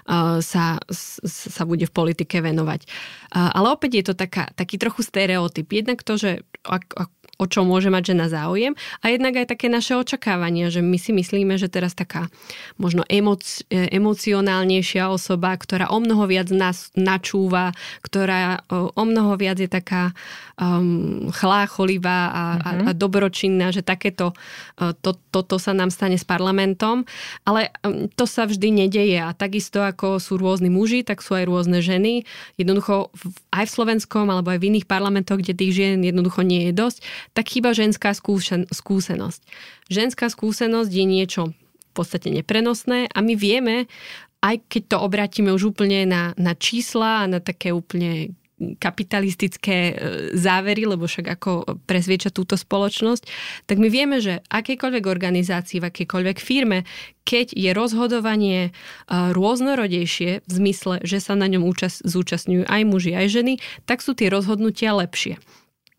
[SPEAKER 2] sa bude v politike venovať. Ale opäť je to taký trochu stereotyp. Jednak to, že o čo môže mať žena záujem a jednak aj také naše očakávania, že my si myslíme, že teraz taká možno emocionálnejšia osoba, ktorá o mnoho viac nás načúva, ktorá o mnoho viac je taká chlácholivá a dobročinná, že takéto toto sa nám stane s parlamentom, ale to sa vždy nedeje a takisto ako sú rôzni muži, tak sú aj rôzne ženy. Jednoducho aj v slovenskom alebo aj v iných parlamentoch, kde tých žien jednoducho nie je dosť, tak chýba ženská skúsenosť. Ženská skúsenosť je niečo v podstate neprenosné a my vieme, aj keď to obrátime už úplne na čísla a na také úplne kapitalistické závery, lebo však ako presvieča túto spoločnosť, tak my vieme, že akejkoľvek organizácii, v akejkoľvek firme, keď je rozhodovanie rôznorodejšie v zmysle, že sa na ňom zúčastňujú aj muži, aj ženy, tak sú tie rozhodnutia lepšie.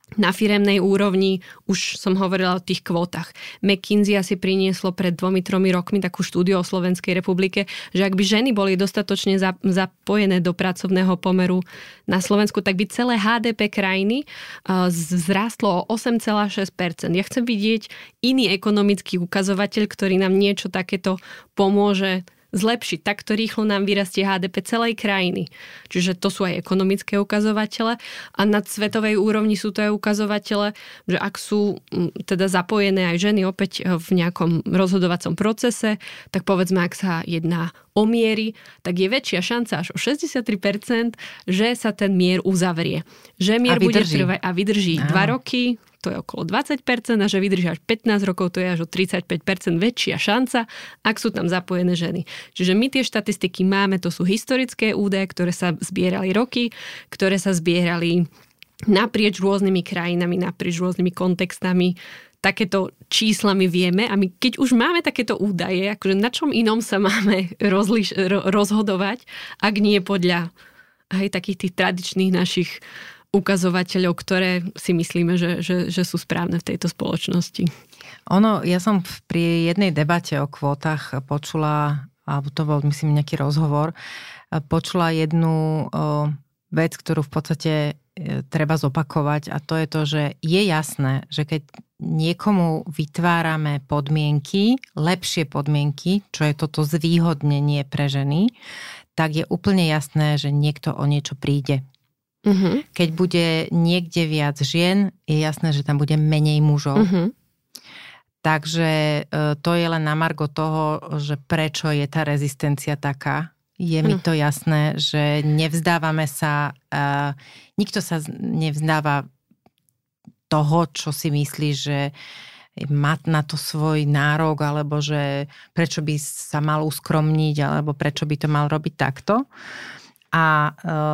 [SPEAKER 2] Na firemnej úrovni už som hovorila o tých kvótach. McKinsey asi prinieslo pred 2-3 rokmi takú štúdiu o Slovenskej republike, že ak by ženy boli dostatočne zapojené do pracovného pomeru na Slovensku, tak by celé HDP krajiny vzrástlo o 8,6%. Ja chcem vidieť iný ekonomický ukazovateľ, ktorý nám niečo takéto pomôže zlepšiť. Takto rýchlo nám vyrastie HDP celej krajiny. Čiže to sú aj ekonomické ukazovatele a na svetovej úrovni sú to aj ukazovatele, že ak sú teda zapojené aj ženy opäť v nejakom rozhodovacom procese, tak povedzme, ak sa jedná o miery, tak je väčšia šanca až o 63%, že sa ten mier uzavrie. Že mier bude trvať a vydrží 2 roky, to je okolo 20% a že vydrží až 15 rokov, to je až o 35% väčšia šanca, ak sú tam zapojené ženy. Čiže my tie štatistiky máme, to sú historické údaje, ktoré sa zbierali roky, ktoré sa zbierali naprieč rôznymi krajinami, naprieč rôznymi kontextami. Takéto čísla my vieme a my keď už máme takéto údaje, akože na čom inom sa máme rozhodovať, ak nie podľa takých tých tradičných našich ukazovateľov, ktoré si myslíme, že sú správne v tejto spoločnosti.
[SPEAKER 1] Ja som pri jednej debate o kvótach počula, alebo to bol myslím nejaký rozhovor, počula jednu vec, ktorú v podstate treba zopakovať a to je to, že je jasné, že keď niekomu vytvárame podmienky, lepšie podmienky, čo je toto zvýhodnenie pre ženy, tak je úplne jasné, že niekto o niečo príde. Uh-huh. Keď bude niekde viac žien, je jasné, že tam bude menej mužov. Uh-huh. Takže to je len na margo toho, že prečo je tá rezistencia taká. Je mi to jasné, že nevzdávame sa, nikto sa nevzdáva toho, čo si myslí, že má na to svoj nárok, alebo že prečo by sa mal uskromniť, alebo prečo by to mal robiť takto. A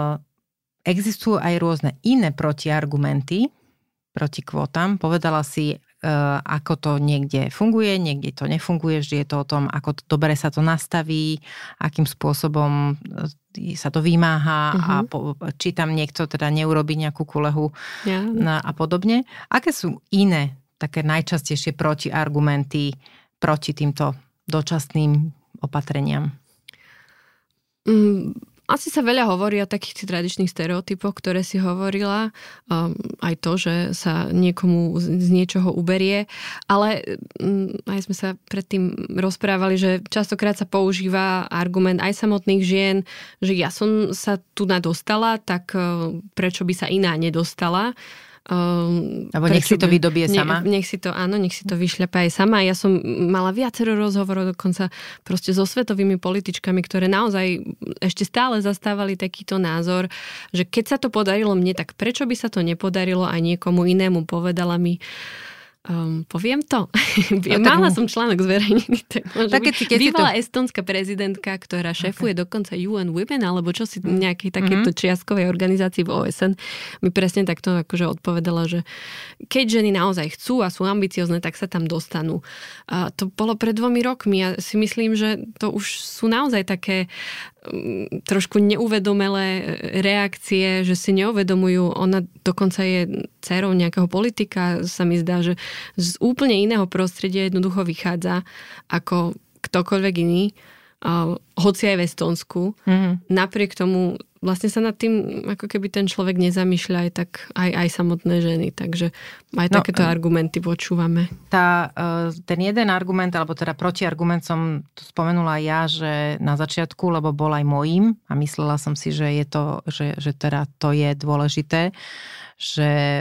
[SPEAKER 1] existujú aj rôzne iné protiargumenty proti kvótam. Povedala si, ako to niekde funguje, niekde to nefunguje, vždy je to o tom, ako dobre sa to nastaví, akým spôsobom sa to vymáha a či tam niekto teda neurobí nejakú kulehu a podobne. Aké sú iné také najčastejšie protiargumenty proti týmto dočasným opatreniam?
[SPEAKER 2] Asi sa veľa hovorí o takých tých tradičných stereotypoch, ktoré si hovorila. Aj to, že sa niekomu z niečoho uberie. Ale aj sme sa predtým rozprávali, že častokrát sa používa argument aj samotných žien, že ja som sa tu nadostala, tak prečo by sa iná nedostala?
[SPEAKER 1] Alebo nech si to vydobie sama.
[SPEAKER 2] Nech si to vyšľapá aj sama. Ja som mala viacero rozhovorov dokonca proste so svetovými političkami, ktoré naozaj ešte stále zastávali takýto názor, že keď sa to podarilo mne, tak prečo by sa to nepodarilo aj niekomu inému? Povedala mi, poviem to. Mala som článok zverejnený. Bývalá estonská prezidentka, ktorá šéfuje dokonca UN Women, alebo čo si nejakej takéto čiastkovej organizácii v OSN, mi presne takto akože odpovedala, že keď ženy naozaj chcú a sú ambiciozne, tak sa tam dostanú. A to bolo pred 2 rokmi. Ja si myslím, že to už sú naozaj také trošku neuvedomelé reakcie, že si neuvedomujú. Ona dokonca je dcerou nejakého politika, sa mi zdá, že z úplne iného prostredia jednoducho vychádza ako ktokoľvek iný, hoci aj v Estonsku. Napriek tomu vlastne sa nad tým, ako keby ten človek nezamýšľa aj samotné ženy. Takže aj takéto argumenty počúvame.
[SPEAKER 1] Ten jeden argument, alebo teda protiargument som tu spomenula ja, že na začiatku, lebo bol aj mojím a myslela som si, že je to, že teda to je dôležité, že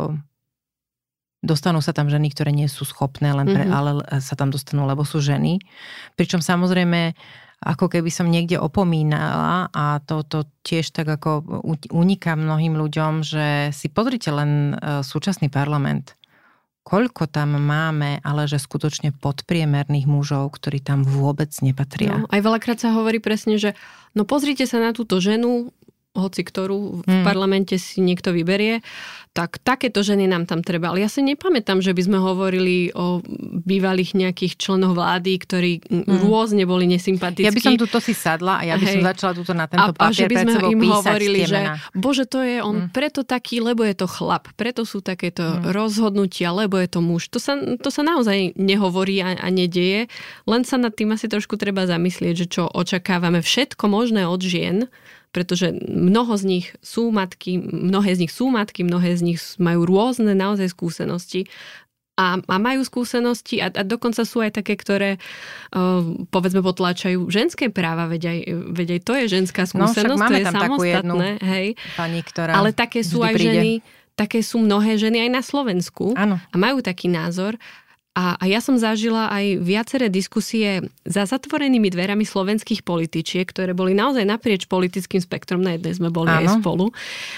[SPEAKER 1] dostanú sa tam ženy, ktoré nie sú schopné, ale sa tam dostanú, lebo sú ženy. Pričom samozrejme ako keby som niekde opomínala a to tiež tak ako uniká mnohým ľuďom, že si pozrite len súčasný parlament. Koľko tam máme, ale že skutočne podpriemerných mužov, ktorí tam vôbec nepatria.
[SPEAKER 2] No, aj veľakrát sa hovorí presne, že no pozrite sa na túto ženu, hoci ktorú v parlamente si niekto vyberie, tak takéto ženy nám tam treba. Ale ja si nepamätám, že by sme hovorili o bývalých nejakých členoch vlády, ktorí rôzne boli nesympatickí.
[SPEAKER 1] Ja by som tuto si sadla a ja by som začala tuto na tento papier pred sebou písať
[SPEAKER 2] hovorili,
[SPEAKER 1] tie mená.
[SPEAKER 2] Že bože, to je on preto taký, lebo je to chlap. Preto sú takéto rozhodnutia, lebo je to muž. To sa naozaj nehovorí a nedieje. Len sa nad tým asi trošku treba zamyslieť, že čo očakávame všetko možné od žien, pretože mnohé z nich sú matky, mnohé z nich majú rôzne naozaj skúsenosti a majú skúsenosti a dokonca sú aj také, ktoré povedzme potláčajú ženské práva, veď aj to je ženská skúsenosť, to je samostatné. Hej.
[SPEAKER 1] Pani, ktorá
[SPEAKER 2] ale také sú aj ženy, také sú mnohé ženy aj na Slovensku.
[SPEAKER 1] Áno.
[SPEAKER 2] A majú taký názor. A ja som zažila aj viaceré diskusie za zatvorenými dverami slovenských političiek, ktoré boli naozaj naprieč politickým spektrom. Na jednej sme boli aj spolu.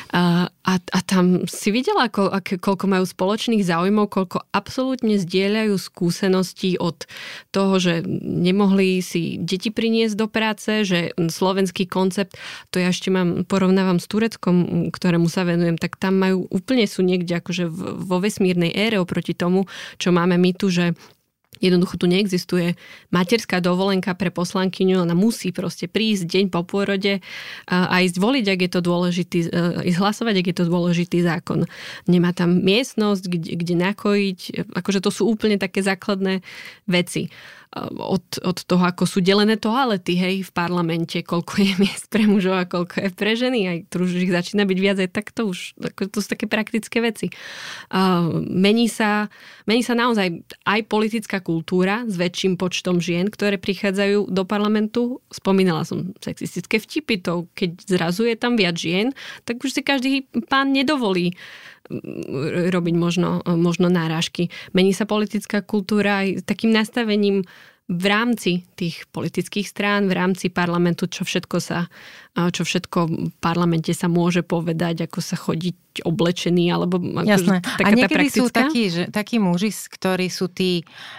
[SPEAKER 2] A tam si videla, koľko majú spoločných záujmov, koľko absolútne zdieľajú skúsenosti od toho, že nemohli si deti priniesť do práce, že slovenský koncept, to ja ešte porovnávam s Tureckom, ktorému sa venujem, tak tam majú úplne sú niekde akože vo vesmírnej ére oproti tomu, čo máme my tu, že jednoducho tu neexistuje materská dovolenka pre poslankyňu, ona musí proste prísť deň po pôrode a ísť voliť, ak je to dôležitý, ísť hlasovať, ak je to dôležitý zákon. Nemá tam miestnosť, kde nakojiť, akože to sú úplne také základné veci. Od toho, ako sú delené toalety, hej, v parlamente, koľko je miest pre mužov a koľko je pre ženy, aj tu už ich začína byť viac, aj tak to už, to sú také praktické veci. Mení sa naozaj aj politická kultúra s väčším počtom žien, ktoré prichádzajú do parlamentu. Spomínala som sexistické vtipy, to keď zrazu je tam viac žien, tak už si každý pán nedovolí robiť možno náražky. Mení sa politická kultúra aj takým nastavením v rámci tých politických strán, v rámci parlamentu, čo všetko v parlamente sa môže povedať, ako sa chodiť oblečený, alebo
[SPEAKER 1] jasné.
[SPEAKER 2] Taká
[SPEAKER 1] a niekedy
[SPEAKER 2] sú
[SPEAKER 1] takí muži, ktorí sú tí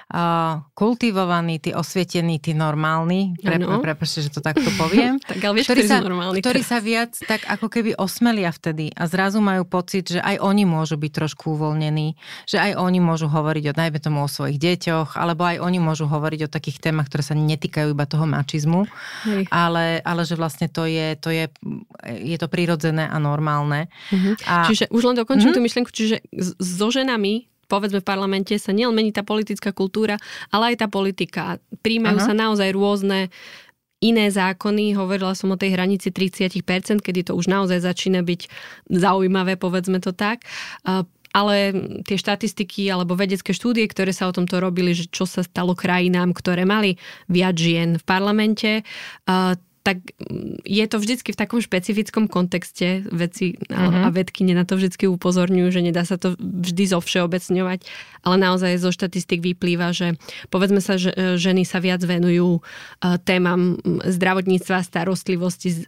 [SPEAKER 1] kultivovaní, tí osvietení, tí normálni, prepáčte, že to takto poviem,
[SPEAKER 2] tak, ale vieš, ktorí
[SPEAKER 1] sa viac tak ako keby osmelia vtedy a zrazu majú pocit, že aj oni môžu byť trošku uvoľnení, že aj oni môžu hovoriť najmä tomu o svojich deťoch, alebo aj oni môžu hovoriť o takých témach, ktoré sa netýkajú iba toho mačizmu, ale že vlastne to je to prirodzené a normálne.
[SPEAKER 2] Čiže už len dokončím tú myšlienku, čiže so ženami povedzme v parlamente sa nielen mení tá politická kultúra, ale aj tá politika. Príjmajú sa naozaj rôzne iné zákony. Hovorila som o tej hranici 30%, kedy to už naozaj začína byť zaujímavé, povedzme to tak. Ale tie štatistiky alebo vedecké štúdie, ktoré sa o tomto robili, že čo sa stalo krajinám, ktoré mali viac žien v parlamente, tak je to vždycky v takom špecifickom kontexte veci a vedkyne na to vždycky upozorňujú, že nedá sa to vždy zovšeobecňovať, ale naozaj zo štatistik vyplýva, že povedzme sa, že ženy sa viac venujú témam zdravotníctva, starostlivosti,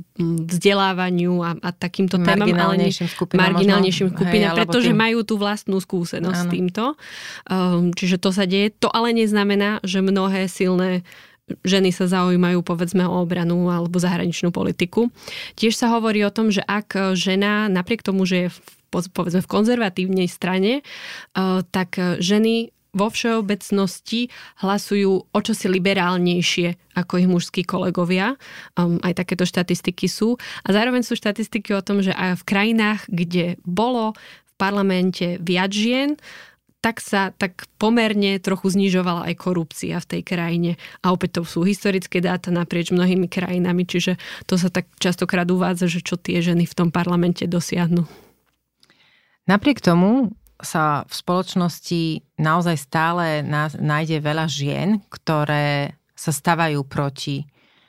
[SPEAKER 2] vzdelávaniu a takýmto témam,
[SPEAKER 1] marginálnejším
[SPEAKER 2] skupinám, pretože majú tú vlastnú skúsenosť s týmto. Čiže to sa deje. To ale neznamená, že mnohé silné ženy sa zaujímajú povedzme o obranu alebo zahraničnú politiku. Tiež sa hovorí o tom, že ak žena napriek tomu, že je povedzme v konzervatívnej strane, tak ženy vo všeobecnosti hlasujú o čosi liberálnejšie ako ich mužskí kolegovia. Aj takéto štatistiky sú. A zároveň sú štatistiky o tom, že aj v krajinách, kde bolo v parlamente viac žien, tak pomerne trochu znižovala aj korupcia v tej krajine. A opäť to sú historické dáta naprieč mnohými krajinami, čiže to sa tak častokrát uvádza, že čo tie ženy v tom parlamente dosiahnu. Napriek tomu sa v spoločnosti naozaj stále nájde veľa žien, ktoré sa stavajú proti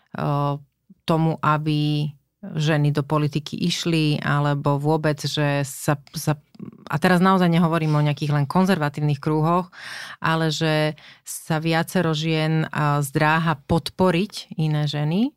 [SPEAKER 2] tomu, aby ženy do politiky išli, alebo vôbec, že sa a teraz naozaj nehovorím o nejakých len konzervatívnych krúhoch, ale že sa viacero žien zdráha podporiť iné ženy.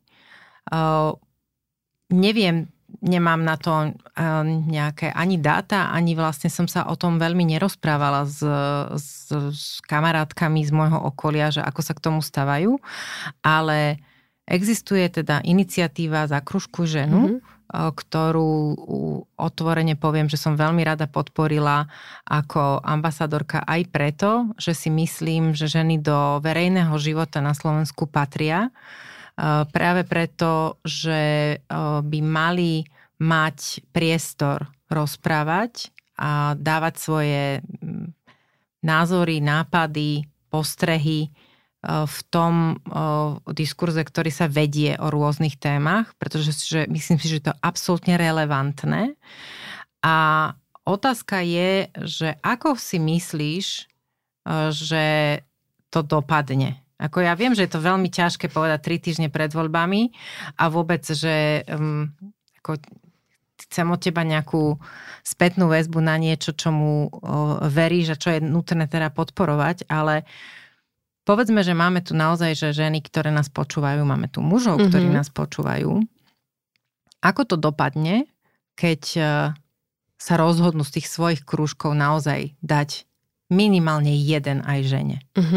[SPEAKER 2] Nemám na to nejaké ani dáta, ani vlastne som sa o tom veľmi nerozprávala s kamarátkami z môjho okolia, že ako sa k tomu stavajú, ale existuje teda iniciatíva Zakružkuj ženu,
[SPEAKER 1] ktorú otvorene poviem, že som veľmi rada podporila ako ambasadorka aj preto, že si myslím, že ženy do verejného života na Slovensku patria. Práve preto, že by mali mať priestor rozprávať a dávať svoje názory, nápady, postrehy v tom diskurze, ktorý sa vedie o rôznych témach, pretože myslím si, že to je absolútne relevantné. A otázka je, že ako si myslíš, že to dopadne? Ako ja viem, že je to veľmi ťažké povedať 3 týždne pred voľbami a vôbec, že ako chcem od teba nejakú spätnú väzbu na niečo, čomu veríš a čo je nutné teda podporovať, ale povedzme, že máme tu naozaj že ženy, ktoré nás počúvajú, máme tu mužov, ktorí nás počúvajú. Ako to dopadne, keď sa rozhodnú z tých svojich krúžkov naozaj dať minimálne jeden aj žene?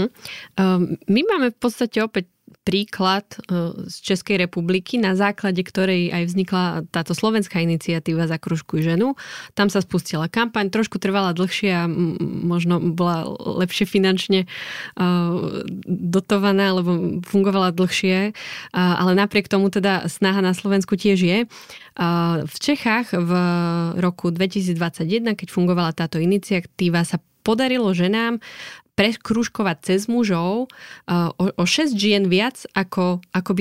[SPEAKER 2] My máme v podstate opäť príklad z Českej republiky, na základe ktorej aj vznikla táto slovenská iniciatíva Za krúžkuj ženu. Tam sa spustila kampaň, trošku trvala dlhšie a možno bola lepšie finančne dotovaná, lebo fungovala dlhšie, ale napriek tomu teda snaha na Slovensku tiež je. V Čechách v roku 2021, keď fungovala táto iniciatíva, sa podarilo ženám prekrúžkovať cez mužov o 6 žien viac, ako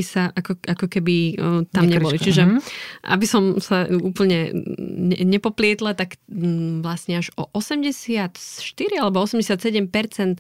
[SPEAKER 2] keby tam neboli. Čiže aby som sa úplne nepoplietla, tak vlastne až o 84 alebo 87%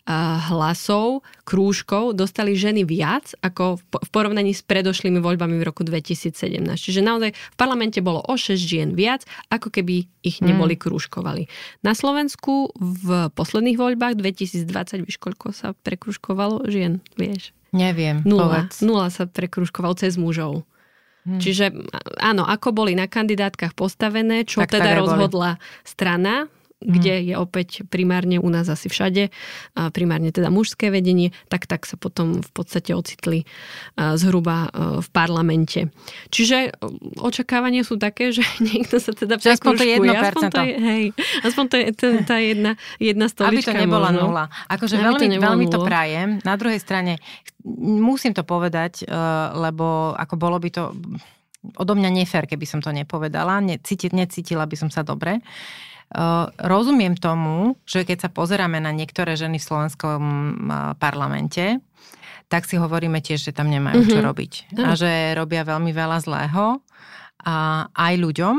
[SPEAKER 2] hlasov krúžkov dostali ženy viac ako v porovnaní s predošlými voľbami v roku 2017. Čiže naozaj v parlamente bolo o 6 žien viac, ako keby ich neboli krúžkovali. Na Slovensku v posledných voľbách 2020, víš, koľko sa prekružkovalo žien, vieš?
[SPEAKER 1] Neviem,
[SPEAKER 2] povedz. 0 sa prekružkovalo cez mužov. Čiže áno, ako boli na kandidátkach postavené, čo tak teda rozhodla strana, kde je opäť primárne u nás asi všade, primárne teda mužské vedenie, tak sa potom v podstate ocitli zhruba v parlamente. Čiže očakávania sú také, že niekto sa teda prekružkuje. Aspoň to je tá jedna stolička.
[SPEAKER 1] Aby to nebola nula. Akože veľmi to prajem. Na druhej strane musím to povedať, lebo ako bolo by to odo mňa nefér, keby som to nepovedala. Necítila by som sa dobre. Rozumiem tomu, že keď sa pozeráme na niektoré ženy v slovenskom parlamente, tak si hovoríme tiež, že tam nemajú čo robiť. A že robia veľmi veľa zlého a aj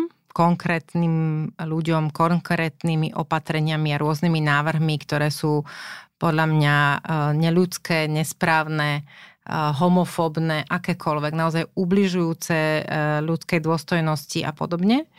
[SPEAKER 1] konkrétnymi opatreniami a rôznymi návrhmi, ktoré sú podľa mňa neľudské, nesprávne, homofóbne, akékoľvek, naozaj ubližujúce ľudskej dôstojnosti a podobne.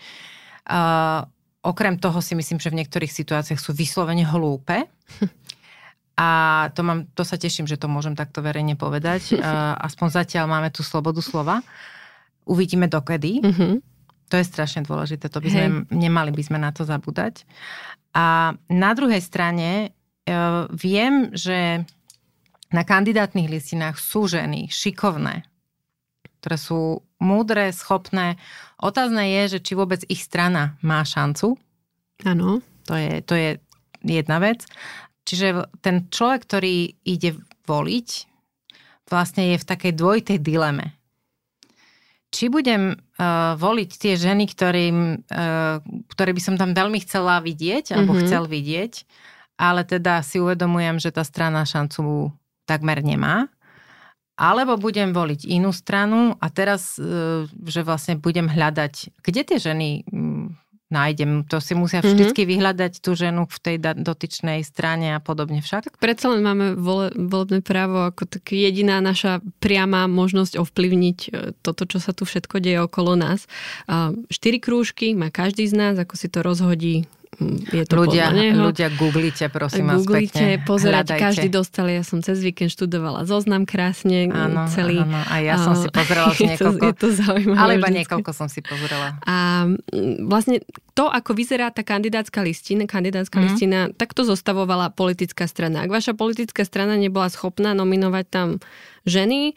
[SPEAKER 1] Okrem toho si myslím, že v niektorých situáciách sú vyslovene hlúpe. A to sa teším, že to môžem takto verejne povedať. Aspoň zatiaľ máme tu slobodu slova. Uvidíme dokedy. To je strašne dôležité. Nemali by sme na to zabúdať. A na druhej strane viem, že na kandidátnych listinách sú ženy šikovné, ktoré sú múdre, schopné. Otázne je, že či vôbec ich strana má šancu.
[SPEAKER 2] Áno.
[SPEAKER 1] To je jedna vec. Čiže ten človek, ktorý ide voliť, vlastne je v takej dvojitej dileme. Či budem voliť tie ženy, ktoré by som tam veľmi chcela vidieť, alebo chcel vidieť, ale teda si uvedomujem, že tá strana šancu takmer nemá. Alebo budem voliť inú stranu a teraz, že vlastne budem hľadať, kde tie ženy nájdem. To si musia vždycky vyhľadať tú ženu v tej dotyčnej strane a podobne však.
[SPEAKER 2] Tak predsa len máme volebné právo ako tak jediná naša priama možnosť ovplyvniť toto, čo sa tu všetko deje okolo nás. 4 krúžky má každý z nás, ako si to rozhodí. Je to
[SPEAKER 1] ľudia googlite, prosím vás pekne.
[SPEAKER 2] Pozerať, každý dostal. Ja som cez víkend študovala zoznam krásne celý.
[SPEAKER 1] Áno, a ja som si pozerala už niekoľko.
[SPEAKER 2] Je to zaujímavé.
[SPEAKER 1] Ale iba niekoľko som si pozerala.
[SPEAKER 2] A vlastne to, ako vyzerá tá kandidátska listina, tak to zostavovala politická strana. Ak vaša politická strana nebola schopná nominovať tam ženy,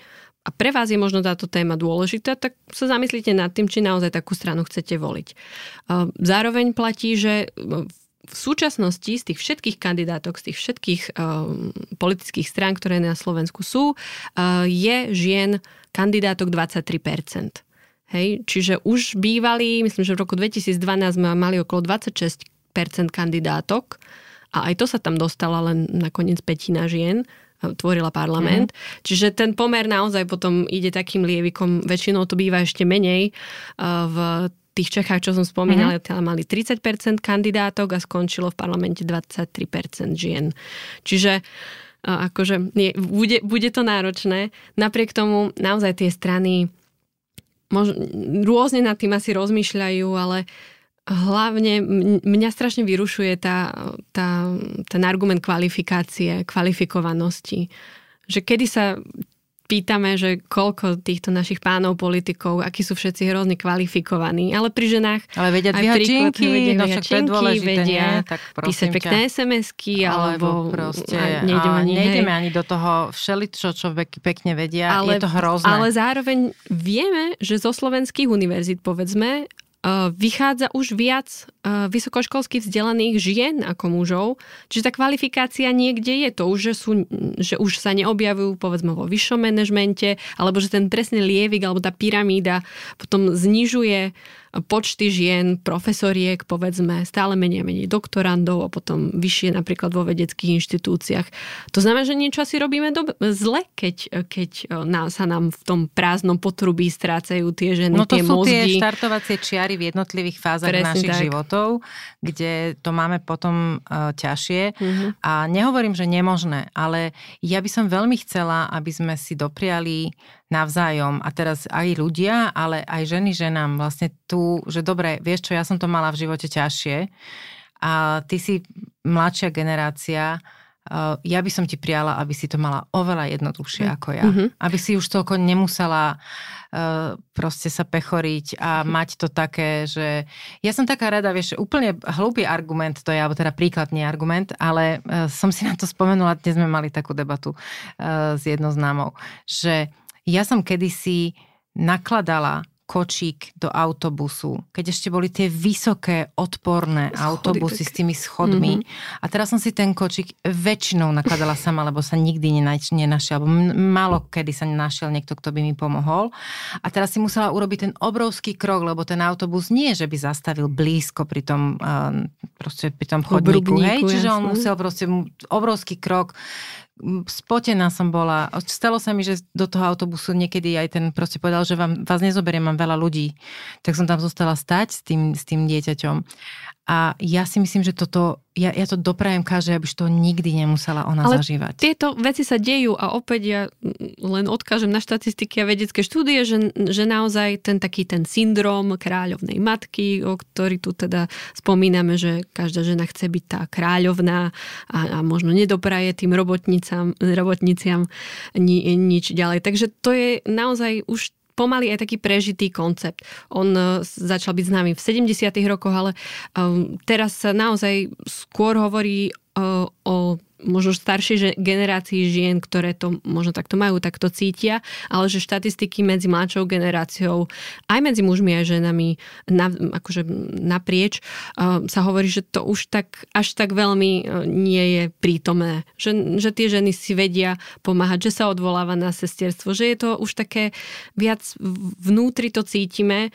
[SPEAKER 2] a pre vás je možno táto téma dôležitá, tak sa zamyslite nad tým, či naozaj takú stranu chcete voliť. Zároveň platí, že v súčasnosti z tých všetkých kandidátok, z tých všetkých politických strán, ktoré na Slovensku sú, je žien kandidátok 23%. Hej? Čiže už bývali, myslím, že v roku 2012 sme mali okolo 26% kandidátok a aj to sa tam dostala len nakoniec 1/5 žien, tvorila parlament. Čiže ten pomer naozaj potom ide takým lievikom. Väčšinou to býva ešte menej. V tých Čechách, čo som spomínala, tam mali 30% kandidátok a skončilo v parlamente 23% žien. Čiže akože bude to náročné. Napriek tomu naozaj tie strany rôzne nad tým asi rozmýšľajú, ale hlavne mňa strašne vyrušuje ten argument kvalifikácie, kvalifikovanosti. Že kedy sa pýtame, že koľko týchto našich pánov politikov, akí sú všetci hrozne kvalifikovaní, ale pri ženách
[SPEAKER 1] ale vedia dvíhať činky, no však to je dôležité,
[SPEAKER 2] vedia
[SPEAKER 1] tak
[SPEAKER 2] písať pekné SMS-ky, alebo
[SPEAKER 1] proste nejdeme ani do toho všeličo, čo pekne vedia, je to hrozné.
[SPEAKER 2] Ale zároveň vieme, že zo slovenských univerzít, povedzme, vychádza už viac vysokoškolsky vzdelaných žien ako mužov. Čiže tá kvalifikácia niekde je to už, že už sa neobjavujú povedzme vo vyššom manažmente, alebo že ten presne lievik alebo tá pyramída potom znižuje počty žien, profesoriek, povedzme, stále menej a menej doktorandov a potom vyššie napríklad vo vedeckých inštitúciách. To znamená, že niečo asi robíme zle, keď sa nám v tom prázdnom potrubí strácajú tie ženy, tie mozgy.
[SPEAKER 1] No to sú tie štartovacie čiary v jednotlivých fázach našich životov, kde to máme potom ťažšie. A nehovorím, že nemožné, ale ja by som veľmi chcela, aby sme si dopriali navzájom a teraz aj ľudia, ale aj ženy ženám vlastne tu, že dobre, vieš čo, ja som to mala v živote ťažšie a ty si mladšia generácia, ja by som ti prijala, aby si to mala oveľa jednoduchšie ako ja. Aby si už toľko nemusela proste sa pechoriť a mať to také, že ja som taká rada, vieš, úplne hlúpy argument to je, alebo teda príkladný argument, ale som si na to spomenula, dnes sme mali takú debatu s jednou známou, že ja som kedysi nakladala kočík do autobusu, keď ešte boli tie vysoké, odporné autobusy s tými schodmi. A teraz som si ten kočík väčšinou nakladala sama, lebo sa nikdy nenašiel, alebo málo kedy sa našiel niekto, kto by mi pomohol. A teraz si musela urobiť ten obrovský krok, lebo ten autobus nie, že by zastavil blízko pri tom, proste pri tom chodníku. Hej? Čiže on musel proste obrovský krok. Spotená som bola. Stalo sa mi, že do toho autobusu niekedy aj ten proste povedal, že vás nezoberiem, mám veľa ľudí. Tak som tam zostala stať s tým dieťaťom. A ja si myslím, že toto, ja to doprajem každej, aby to nikdy nemusela ona zažívať.
[SPEAKER 2] Tieto veci sa dejú a opäť ja len odkážem na štatistiky a vedecké štúdie, že naozaj ten syndrom kráľovnej matky, o ktorý tu teda spomíname, že každá žena chce byť tá kráľovná a možno nedopraje tým robotniciam nič ďalej. Takže to je naozaj už pomaly aj taký prežitý koncept. On začal byť známy v 70. rokoch, ale teraz sa naozaj skôr hovorí o možno staršej generácii žien, ktoré to možno takto majú, takto cítia, ale že štatistiky medzi mladšou generáciou, aj medzi mužmi a ženami akože naprieč, sa hovorí, že to už až tak veľmi nie je prítomné. Že tie ženy si vedia pomáhať, že sa odvoláva na sestierstvo, že je to už také viac vnútri to cítime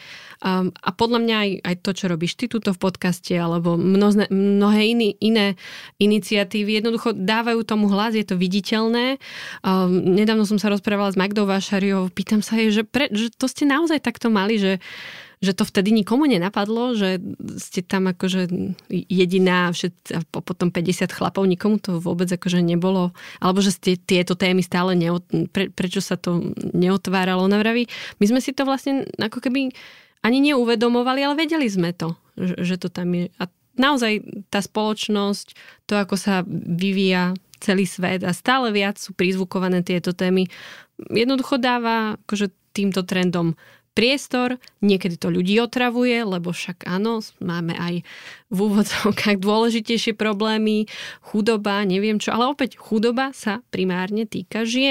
[SPEAKER 2] a podľa mňa aj to, čo robíš ty tuto v podcaste, alebo mnohé iné iniciatívy jednoducho dávajú tomu hlas, je to viditeľné. Nedávno som sa rozprávala s Magdou Vášariovou, pýtam sa jej, že to ste naozaj takto mali, že to vtedy nikomu nenapadlo, že ste tam akože jediná a potom 50 chlapov, nikomu to vôbec akože nebolo, alebo že ste tieto témy stále prečo sa to neotváralo. Ona vraví, my sme si to vlastne ako keby ani neuvedomovali, ale vedeli sme to, že to tam je. A naozaj tá spoločnosť, to ako sa vyvíja celý svet a stále viac sú prizvukované tieto témy, jednoducho dáva akože týmto trendom priestor, niekedy to ľudí otravuje, lebo však áno, máme aj v úvodzovkách dôležitejšie problémy, chudoba, neviem čo, ale opäť chudoba sa primárne týka žien.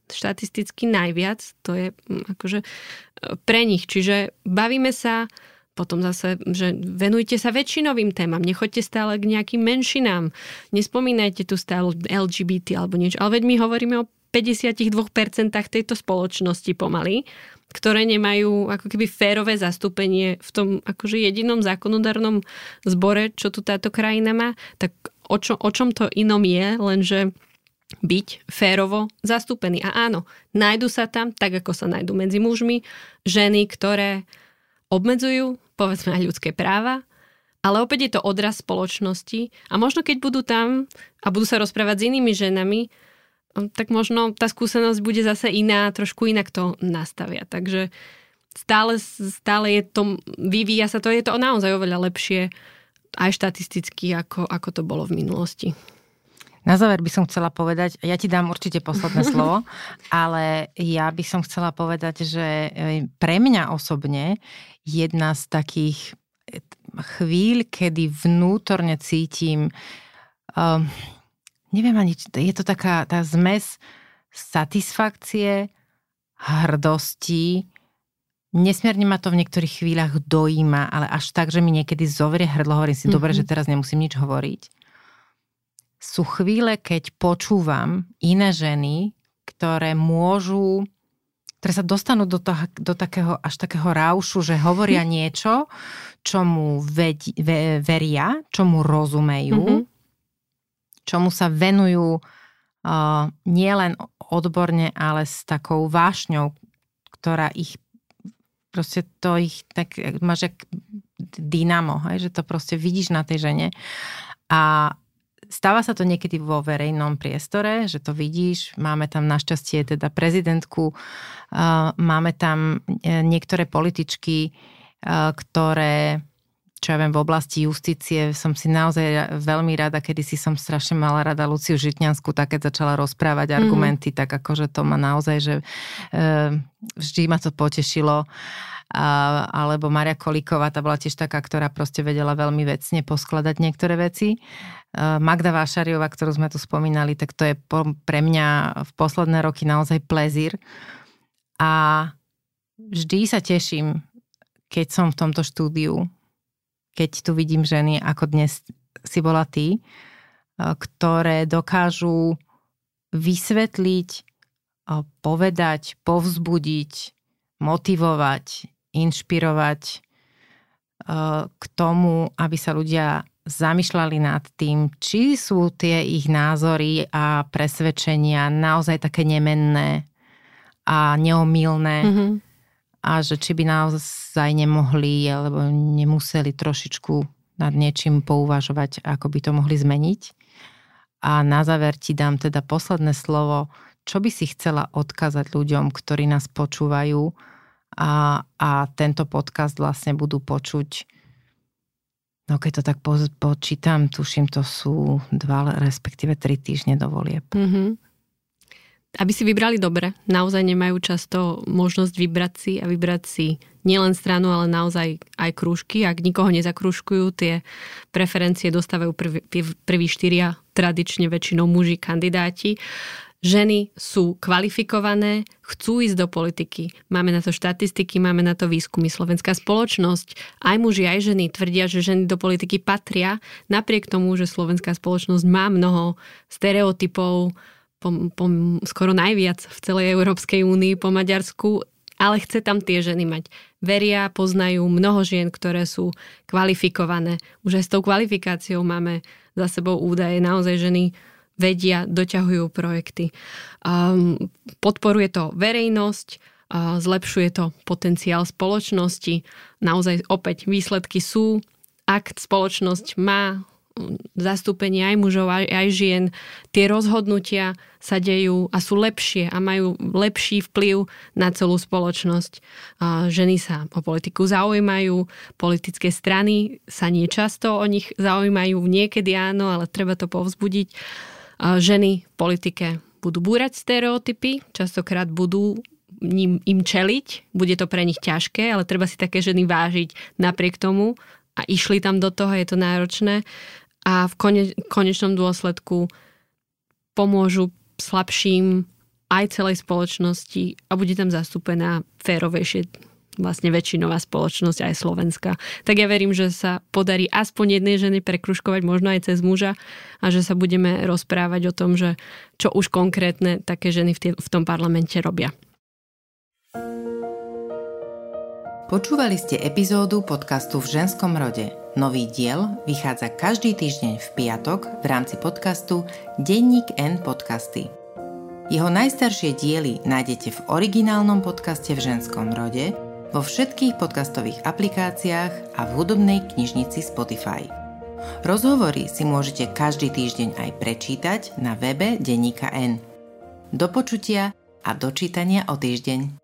[SPEAKER 2] štatisticky najviac, to je akože pre nich. Čiže bavíme sa potom zase, že venujte sa väčšinovým témam, nechoďte stále k nejakým menšinám, nespomínajte tu stále LGBT alebo niečo, ale veď my hovoríme o 52% tejto spoločnosti pomaly, ktoré nemajú ako keby férové zastúpenie v tom akože jedinom zákonodárnom zbore, čo tu táto krajina má, tak o čom to inom je, lenže byť férovo zastúpený. A áno, nájdu sa tam, tak ako sa nájdu medzi mužmi, ženy, ktoré obmedzujú, povedzme, aj ľudské práva, ale opäť je to odraz spoločnosti a možno keď budú tam a budú sa rozprávať s inými ženami, tak možno tá skúsenosť bude zase iná, trošku inak to nastavia. Takže stále je to, vyvíja sa to, je to naozaj oveľa lepšie aj štatisticky, ako to bolo v minulosti.
[SPEAKER 3] Na záver by som chcela povedať, ja ti dám určite posledné slovo, ale ja by som chcela povedať, že pre mňa osobne jedna z takých chvíľ, kedy vnútorne cítim, neviem ani, je to taká tá zmes satisfakcie, hrdosti, nesmierne ma to v niektorých chvíľach dojíma, ale až tak, že mi niekedy zovrie hrdlo, hovorím si, dobre, že teraz nemusím nič hovoriť. Sú chvíle, keď počúvam iné ženy, ktoré sa dostanú do takého, až takého raušu, že hovoria niečo, čomu veria, čomu rozumejú, čomu sa venujú nielen odborne, ale s takou vášňou, ktorá ich proste to ich tak máš jak dynamo, hej, že to proste vidíš na tej žene. A stáva sa to niekedy vo verejnom priestore, že to vidíš. Máme tam našťastie teda prezidentku, máme tam niektoré političky, ktoré, čo ja viem, v oblasti justície som si naozaj veľmi rada, kedysi som strašne mala rada Luciu Žitňanskú, tak keď začala rozprávať argumenty, tak akože to ma naozaj, že vždy ma to potešilo. Alebo Mária Kolíková, tá bola tiež taká, ktorá proste vedela veľmi vecne poskladať niektoré veci. Magda Vášariová, ktorú sme tu spomínali, tak to je pre mňa v posledné roky naozaj plezír. A vždy sa teším, keď som v tomto štúdiu, keď tu vidím ženy, ako dnes si bola ty, ktoré dokážu vysvetliť, povedať, povzbudiť, motivovať, inšpirovať k tomu, aby sa ľudia zamýšľali nad tým, či sú tie ich názory a presvedčenia naozaj také nemenné a neomylné a že či by naozaj nemohli alebo nemuseli trošičku nad niečím pouvažovať, ako by to mohli zmeniť. A na záver ti dám teda posledné slovo, čo by si chcela odkázať ľuďom, ktorí nás počúvajú a tento podcast vlastne budú počuť, no keď to tak počítam, tuším, to sú 2, respektíve 3 týždne do volieb. Aby si vybrali dobre. Naozaj nemajú často možnosť vybrať si nielen stranu, ale naozaj aj krúžky. Ak nikoho nezakrúžkujú, tie preferencie dostávajú prví 4 tradične väčšinou muži kandidáti. Ženy sú kvalifikované, chcú ísť do politiky. Máme na to štatistiky, máme na to výskumy. Slovenská spoločnosť, aj muži, aj ženy tvrdia, že ženy do politiky patria, napriek tomu, že slovenská spoločnosť má mnoho stereotypov, skoro najviac v celej Európskej únii po Maďarsku, ale chce tam tie ženy mať. Veria, poznajú mnoho žien, ktoré sú kvalifikované. Už aj s tou kvalifikáciou máme za sebou údaje. Naozaj ženy vedia, doťahujú projekty. Podporuje to verejnosť, zlepšuje to potenciál spoločnosti. Naozaj opäť výsledky sú, ak spoločnosť má zastúpenie aj mužov, aj žien, tie rozhodnutia sa dejú a sú lepšie a majú lepší vplyv na celú spoločnosť. Ženy sa o politiku zaujímajú, politické strany sa niečasto o nich zaujímajú, niekedy áno, ale treba to povzbudiť. Ženy v politike budú búrať stereotypy, častokrát budú im čeliť, bude to pre nich ťažké, ale treba si také ženy vážiť napriek tomu a išli tam do toho, je to náročné a v konečnom dôsledku pomôžu slabším
[SPEAKER 2] aj celej spoločnosti a bude tam zastúpená férovejšie vlastne väčšinová spoločnosť aj Slovenska. Tak ja verím, že sa podarí aspoň jednej ženy prekružkovať, možno aj cez muža a že sa budeme rozprávať o tom, že čo už konkrétne také ženy v tom parlamente robia.
[SPEAKER 1] Počúvali ste epizódu podcastu V ženskom rode. Nový diel vychádza každý týždeň v piatok v rámci podcastu Denník N podcasty. Jeho najstaršie diely nájdete v originálnom podcaste V ženskom rode, vo všetkých podcastových aplikáciách a v hudobnej knižnici Spotify. Rozhovory si môžete každý týždeň aj prečítať na webe Denníka N. Do počutia a dočítania o týždeň.